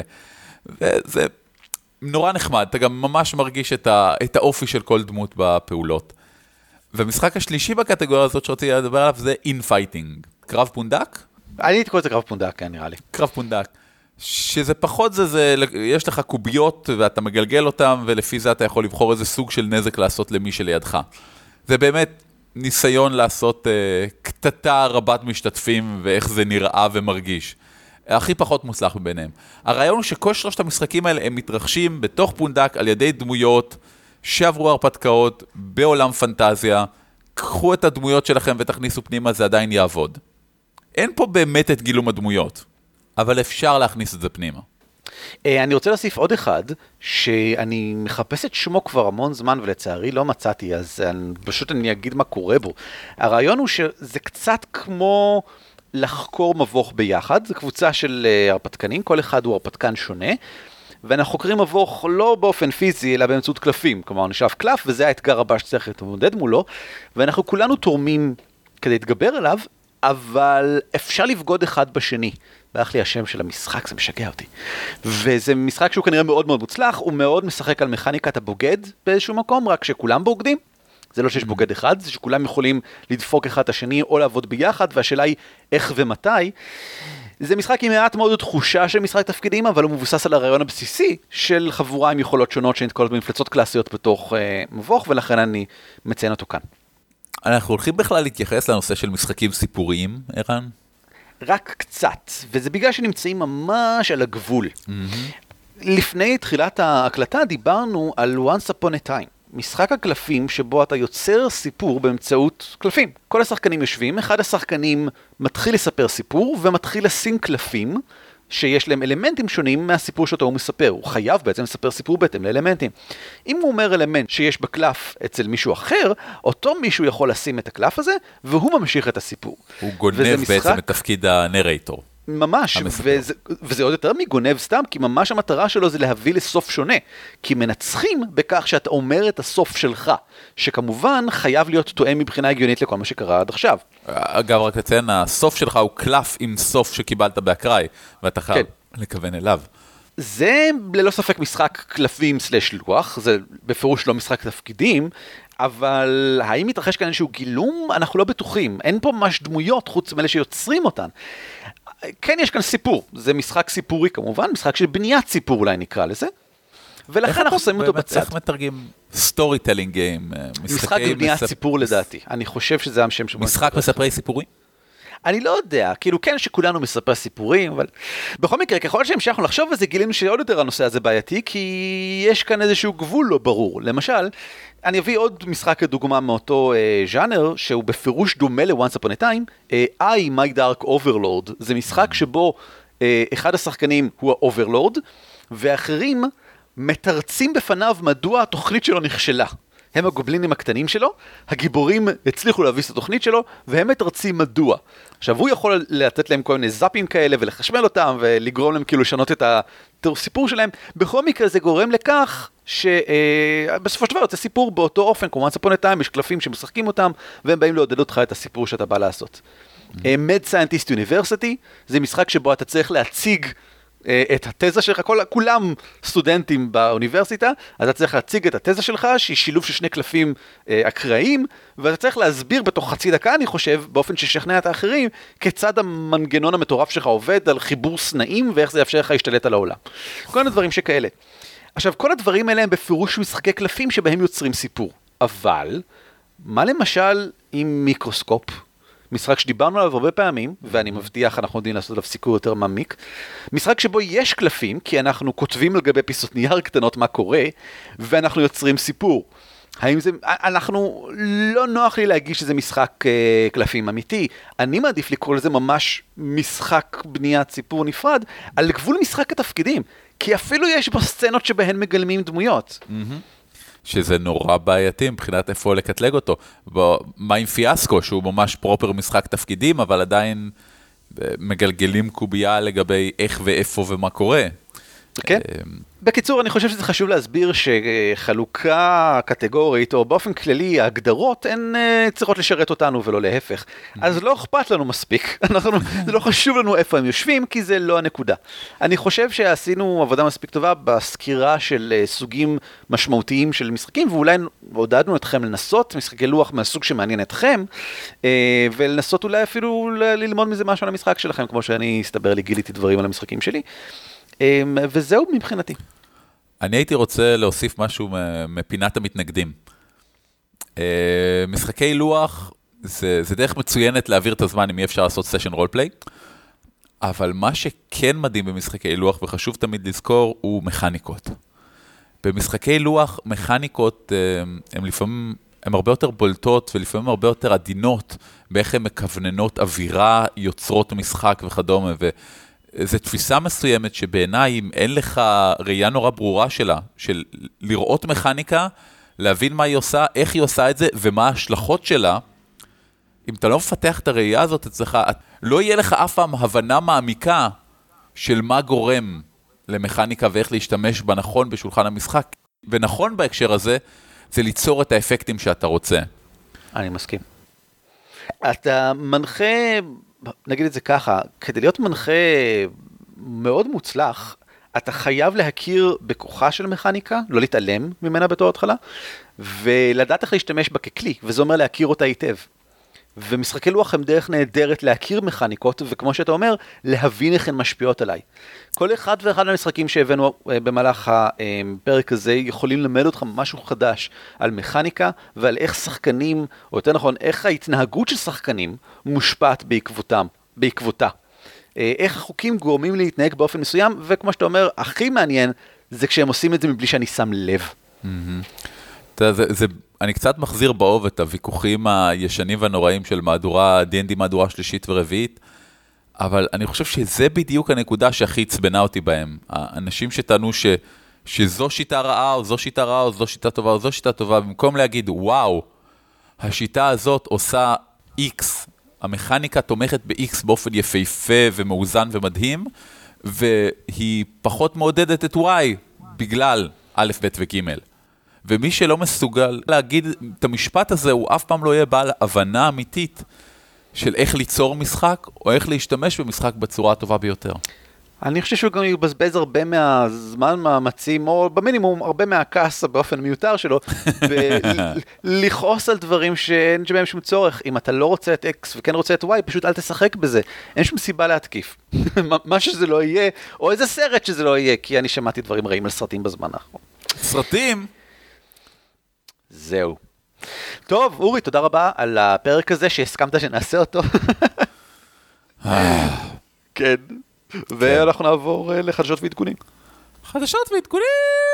וזה נורא נחמד, אתה גם ממש מרגיש את האופי של כל דמות בפעולות. ומשחק השלישי בקטגוריה הזאת שרציתי לדבר עליו זה אינפייטינג. קרב פונדק? אני הייתי קורא את זה קרב פונדק, כן, נראה לי. קרב פונדק. שזה פחות יש לך קוביות ואתה מגלגל אותם, ולפי זה אתה יכול לבחור איזה סוג של נזק לעשות למי שלידך. זה באמת ניסיון לעשות קטטה רבת משתתפים, ואיך זה נראה ומרגיש. הכי פחות מוצלח ביניהם. הרעיון הוא שכל שלושת המשחקים האלה הם מתרחשים בתוך פונדק על ידי דמויות שעברו הרפתקאות בעולם פנטזיה. קחו את הדמויות שלכם ותכניסו פנימה, זה עדיין יעבוד. אין פה באמת את גילום הדמויות, אבל אפשר להכניס את זה פנימה. אני רוצה להוסיף עוד אחד, שאני מחפש את שמו כבר המון זמן, ולצערי לא מצאתי, אז פשוט אני אגיד מה קורה בו. הרעיון הוא שזה קצת כמו לחקור מבוך ביחד, זו קבוצה של הרפתקנים, כל אחד הוא הרפתקן שונה, ואנחנו חוקרים מבוך לא באופן פיזי, אלא באמצעות קלפים, כלומר נשאף קלף, וזה האתגר הבא שצריך להתמודד מולו, ואנחנו כולנו תורמים כדי להתגבר עליו, אבל אפשר לבגוד אחד בשני. ברח לי השם של המשחק, זה משגע אותי. וזה משחק שהוא כנראה מאוד מאוד מוצלח, הוא מאוד משחק על מכניקת הבוגד באיזשהו מקום, רק שכולם בוגדים. זה לא שיש בוגד אחד, זה שכולם יכולים לדפוק אחד את השני או לעבוד ביחד, והשאלה היא איך ומתי. זה משחק עם מעט מאוד תחושה של משחק תפקידים, אבל הוא מבוסס על הרעיון הבסיסי של חבורה עם יכולות שונות שנתקולות במפלצות קלאסיות בתוך מבוך, ולכן אני מציין אותו כאן. אנחנו הולכים בכלל להתייחס לנושא של משחקים סיפוריים, ערן? רק קצת, וזה בגלל שנמצאים ממש על הגבול. לפני תחילת ההקלטה דיברנו על Once Upon a Time, משחק הקלפים שבו אתה יוצר סיפור באמצעות קלפים. כל השחקנים יושבים, אחד השחקנים מתחיל לספר סיפור ומתחיל לשים קלפים שיש להם אלמנטים שונים מהסיפור שאותו הוא מספר. הוא חייב בעצם לספר סיפור בהתאם לאלמנטים. אם הוא אומר אלמנט שיש בקלף אצל מישהו אחר, אותו מישהו יכול לשים את הקלף הזה, והוא ממשיך את הסיפור. הוא גונב בעצם את תפקיד הנרייטור. ממש, וזה עוד יותר מגונב סתם, כי ממש המטרה שלו זה להביא לסוף שונה. כי מנצחים בכך שאתה אומר את הסוף שלך, שכמובן חייב להיות תואם מבחינה הגיונית לכל מה שקרה עד עכשיו. אגב, רק לציין, הסוף שלך הוא קלף עם סוף שקיבלת באקראי, ואתה חייב לכוון אליו. זה ללא ספק משחק קלפים סלש לוח, זה בפירוש לא משחק תפקידים, אבל האם מתרחש כאן איזשהו גילום? אנחנו לא בטוחים. אין פה ממש דמויות חוץ מאלה שיוצרים אותן. כן, יש כאן סיפור. זה משחק סיפורי כמובן, משחק של בניית סיפור אולי נקרא לזה. ולכן אנחנו שמים אותו בצד. איך מתרגם סטורי טלינג גיים? משחק בבניית סיפור לדעתי. אני חושב שזה השם שבו... משחק מספרי סיפורים? אני לא יודע, כאילו כן שכולנו מספר סיפורים, אבל בכל מקרה, ככל שהמשכנו לחשוב על זה, גילינו שעוד יותר הנושא הזה בעייתי, כי יש כאן איזשהו גבול לא ברור. למשל, אני אביא עוד משחק כדוגמה מאותו ז'אנר, שהוא בפירוש דומה ל-Once Upon a Time, I, My Dark Overlord. זה משחק שבו אחד השחקנים הוא ה-Overlord, ואחרים מתרצים בפניו מדוע התוכנית שלו נכשלה. הם הגובלינים הקטנים שלו, הגיבורים הצליחו להביס את התוכנית שלו, והם מתרצים מדוע. עכשיו, הוא יכול לתת להם כל מיני זאפים כאלה, ולחשמל אותם, ולגרום להם כאילו לשנות את הסיפור שלהם. בכל מקרה זה גורם לכך, שבסופו של דבר זה סיפור באותו אופן, כמו Once Upon a Time, יש קלפים שמשחקים אותם, והם באים לעודד אותך את הסיפור שאתה בא לעשות. Mad Scientist University, זה משחק שבו אתה צריך להציג את התזה שלך, כולם סטודנטים באוניברסיטה, אז אתה צריך להציג את התזה שלך, שהיא שילוב של שני קלפים אקראיים, ואתה צריך להסביר בתוך חצי דקה, אני חושב, באופן ששכנע את האחרים, כיצד המנגנון המטורף שלך עובד על חיבור סנאים, ואיך זה יאפשר לך להשתלט על העולם. כל מיני דברים שכאלה. עכשיו, כל הדברים האלה הם בפירוש משחקי קלפים שבהם יוצרים סיפור. אבל, מה למשל עם מיקרוסקופ? משחק שדיברנו עליו הרבה פעמים, ואני מבטיח, אנחנו יודעים לעשות עליו סיקור יותר מעמיק. משחק שבו יש קלפים, כי אנחנו כותבים לגבי פיסות נייר קטנות מה קורה, ואנחנו יוצרים סיפור. האם זה, אנחנו, לא נוח לי להגיד שזה משחק קלפים אמיתי. אני מעדיף לקרוא לזה ממש משחק בניית סיפור נפרד, על גבול משחק התפקידים. כי אפילו יש בו סצנות שבהן מגלמים דמויות. שזה נורא בעייתי מבחינת איפה לקטלג אותו. מה עם פיאסקו, שהוא ממש פרופר משחק תפקידים, אבל עדיין מגלגלים קובייה לגבי איך ואיפה ומה קורה. כן. בקיצור, אני חושב שזה חשוב להסביר שחלוקה קטגורית, או באופן כללי, ההגדרות הן צריכות לשרת אותנו ולא להפך. אז לא אכפת לנו מספיק. זה לא חשוב לנו איפה הם יושבים, כי זה לא הנקודה. אני חושב שעשינו עבודה מספיק טובה בסקירה של סוגים משמעותיים של משחקים, ואולי עודדנו אתכם לנסות משחקי לוח מהסוג שמעניין אתכם, ולנסות אולי אפילו ללמוד מזה משהו על המשחק שלכם, כמו שאני אסתבר לי גיליתי דברים על המשחקים שלי. וזהו מבחינתי. אני הייתי רוצה להוסיף משהו מפינת המתנגדים. משחקי לוח, זה דרך מצוינת להעביר את הזמן אם אי אפשר לעשות סשן רולפליי, אבל מה שכן מדהים במשחקי לוח, וחשוב תמיד לזכור, הוא מכניקות. במשחקי לוח, מכניקות, הן לפעמים, הן הרבה יותר בולטות, ולפעמים הרבה יותר עדינות, באיך הן מכווננות אווירה, יוצרות משחק וכדומה, זו תפיסה מסוימת שבעיניי, אם אין לך ראייה נורא ברורה שלה, של לראות מכניקה, להבין מה היא עושה, איך היא עושה את זה, ומה ההשלכות שלה, אם אתה לא מפתח את הראייה הזאת אצלך, לא יהיה לך אף פעם הבנה מעמיקה של מה גורם למכניקה, ואיך להשתמש בנכון בשולחן המשחק. ונכון בהקשר הזה, זה ליצור את האפקטים שאתה רוצה. אני מסכים. אתה מנחה, נגיד את זה ככה, כדי להיות מנחה מאוד מוצלח, אתה חייב להכיר בכוחה של מכניקה, לא להתעלם ממנה בתור התחלה, ולדעת איך להשתמש בה ככלי, וזה אומר להכיר אותה היטב. ומשחקי לוח הם דרך נהדרת להכיר מכניקות, וכמו שאתה אומר, להבין איך הן משפיעות עליי. כל אחד ואחד מהמשחקים שהבאנו במהלך הפרק הזה, יכולים ללמד אותך משהו חדש על מכניקה, ועל איך שחקנים, או יותר נכון, איך ההתנהגות של שחקנים מושפעת בעקבותה. איך החוקים גורמים להתנהג באופן מסוים, וכמו שאתה אומר, הכי מעניין, זה כשהם עושים את זה מבלי שאני שם לב. אני קצת מחזיר באוב את הוויכוחים הישנים והנוראים של מהדורה, D&D מהדורה שלישית ורביעית, אבל אני חושב שזה בדיוק הנקודה שהכי הצבנה אותי בהם. האנשים שטענו שזו שיטה רעה, או זו שיטה רעה, או זו שיטה טובה, או זו שיטה טובה, במקום להגיד, וואו, השיטה הזאת עושה X, המכניקה תומכת ב-X באופן יפהפה ומאוזן ומדהים, והיא פחות מעודדת את Y בגלל א', ב' וג'. ומי שלא מסוגל להגיד את המשפט הזה, הוא אף פעם לא יהיה בעל הבנה אמיתית של איך ליצור משחק, או איך להשתמש במשחק בצורה הטובה ביותר. אני חושב שהוא גם יבזבז הרבה מהזמן מאמצים, או במינימום הרבה מהכעס באופן מיותר שלו, ולכעוס על דברים שאין בהם שום צורך. אם אתה לא רוצה את X וכן רוצה את Y, פשוט אל תשחק בזה. אין שום סיבה להתקיף. מה שזה לא יהיה, או איזה סרט שזה לא יהיה, כי אני שמעתי דברים רעים על סרטים בזמן האחרון. סרטים? זהו. טוב, אורי, תודה רבה על הפרק הזה שהסכמת שנעשה אותו. כן. ואנחנו נעבור לחדשות ועדכונים. חדשות ועדכונים!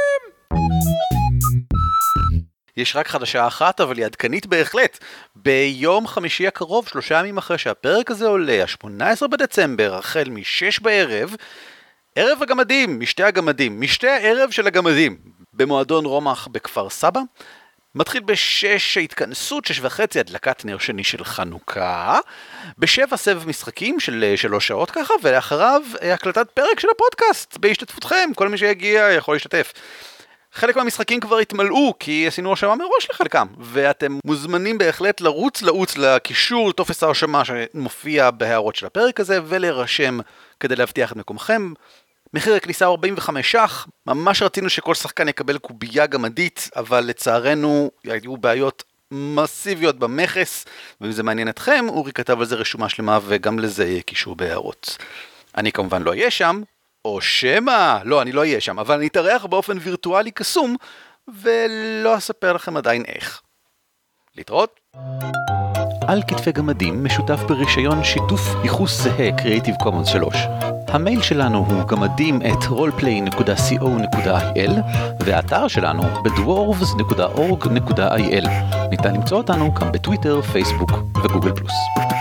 יש רק חדשה אחת, אבל היא עדכנית בהחלט. ביום חמישי הקרוב, 3 ימים אחרי שהפרק הזה עולה, 18 בדצמבר, החל מ-6 בערב, ערב הגמדים, משתי הגמדים, משתי הערב של הגמדים, במועדון רומח בכפר סבא. מתחיל ב-6 ההתכנסות, 6:30 הדלקת נר שני של חנוכה, ב-7 סבב משחקים של 3 שעות ככה, ולאחריו הקלטת פרק של הפודקאסט בהשתתפותכם, כל מי שיגיע יכול להשתתף. חלק מהמשחקים כבר התמלאו, כי עשינו הרשמה מראש לחלקם, ואתם מוזמנים בהחלט לרוץ לקישור לטופס ההרשמה שמופיע בהערות של הפרק הזה, ולהירשם כדי להבטיח את מקומכם. מחיר הכניסה 45 ש"ח, ממש רצינו שכל שחקן יקבל קובייה גמדית, אבל לצערנו היו בעיות מסיביות במכס, ואם זה מעניין אתכם, אורי כתב על זה רשומה שלמה, וגם לזה יהיה קישור בהערות. אני כמובן לא אהיה שם, או שמה, לא, אני לא אהיה שם, אבל אני אתארח באופן וירטואלי קסום, ולא אספר לכם עדיין איך. להתראות. על כתפי גמדים משותף ברישיון שיתוף ייחוס זהה Creative Commons 3. המייל שלנו הוא gamadim@roleplay.co.il והאתר שלנו בדוורבס.org.il. ניתן למצוא אותנו גם בטוויטר, פייסבוק וגוגל פלוס.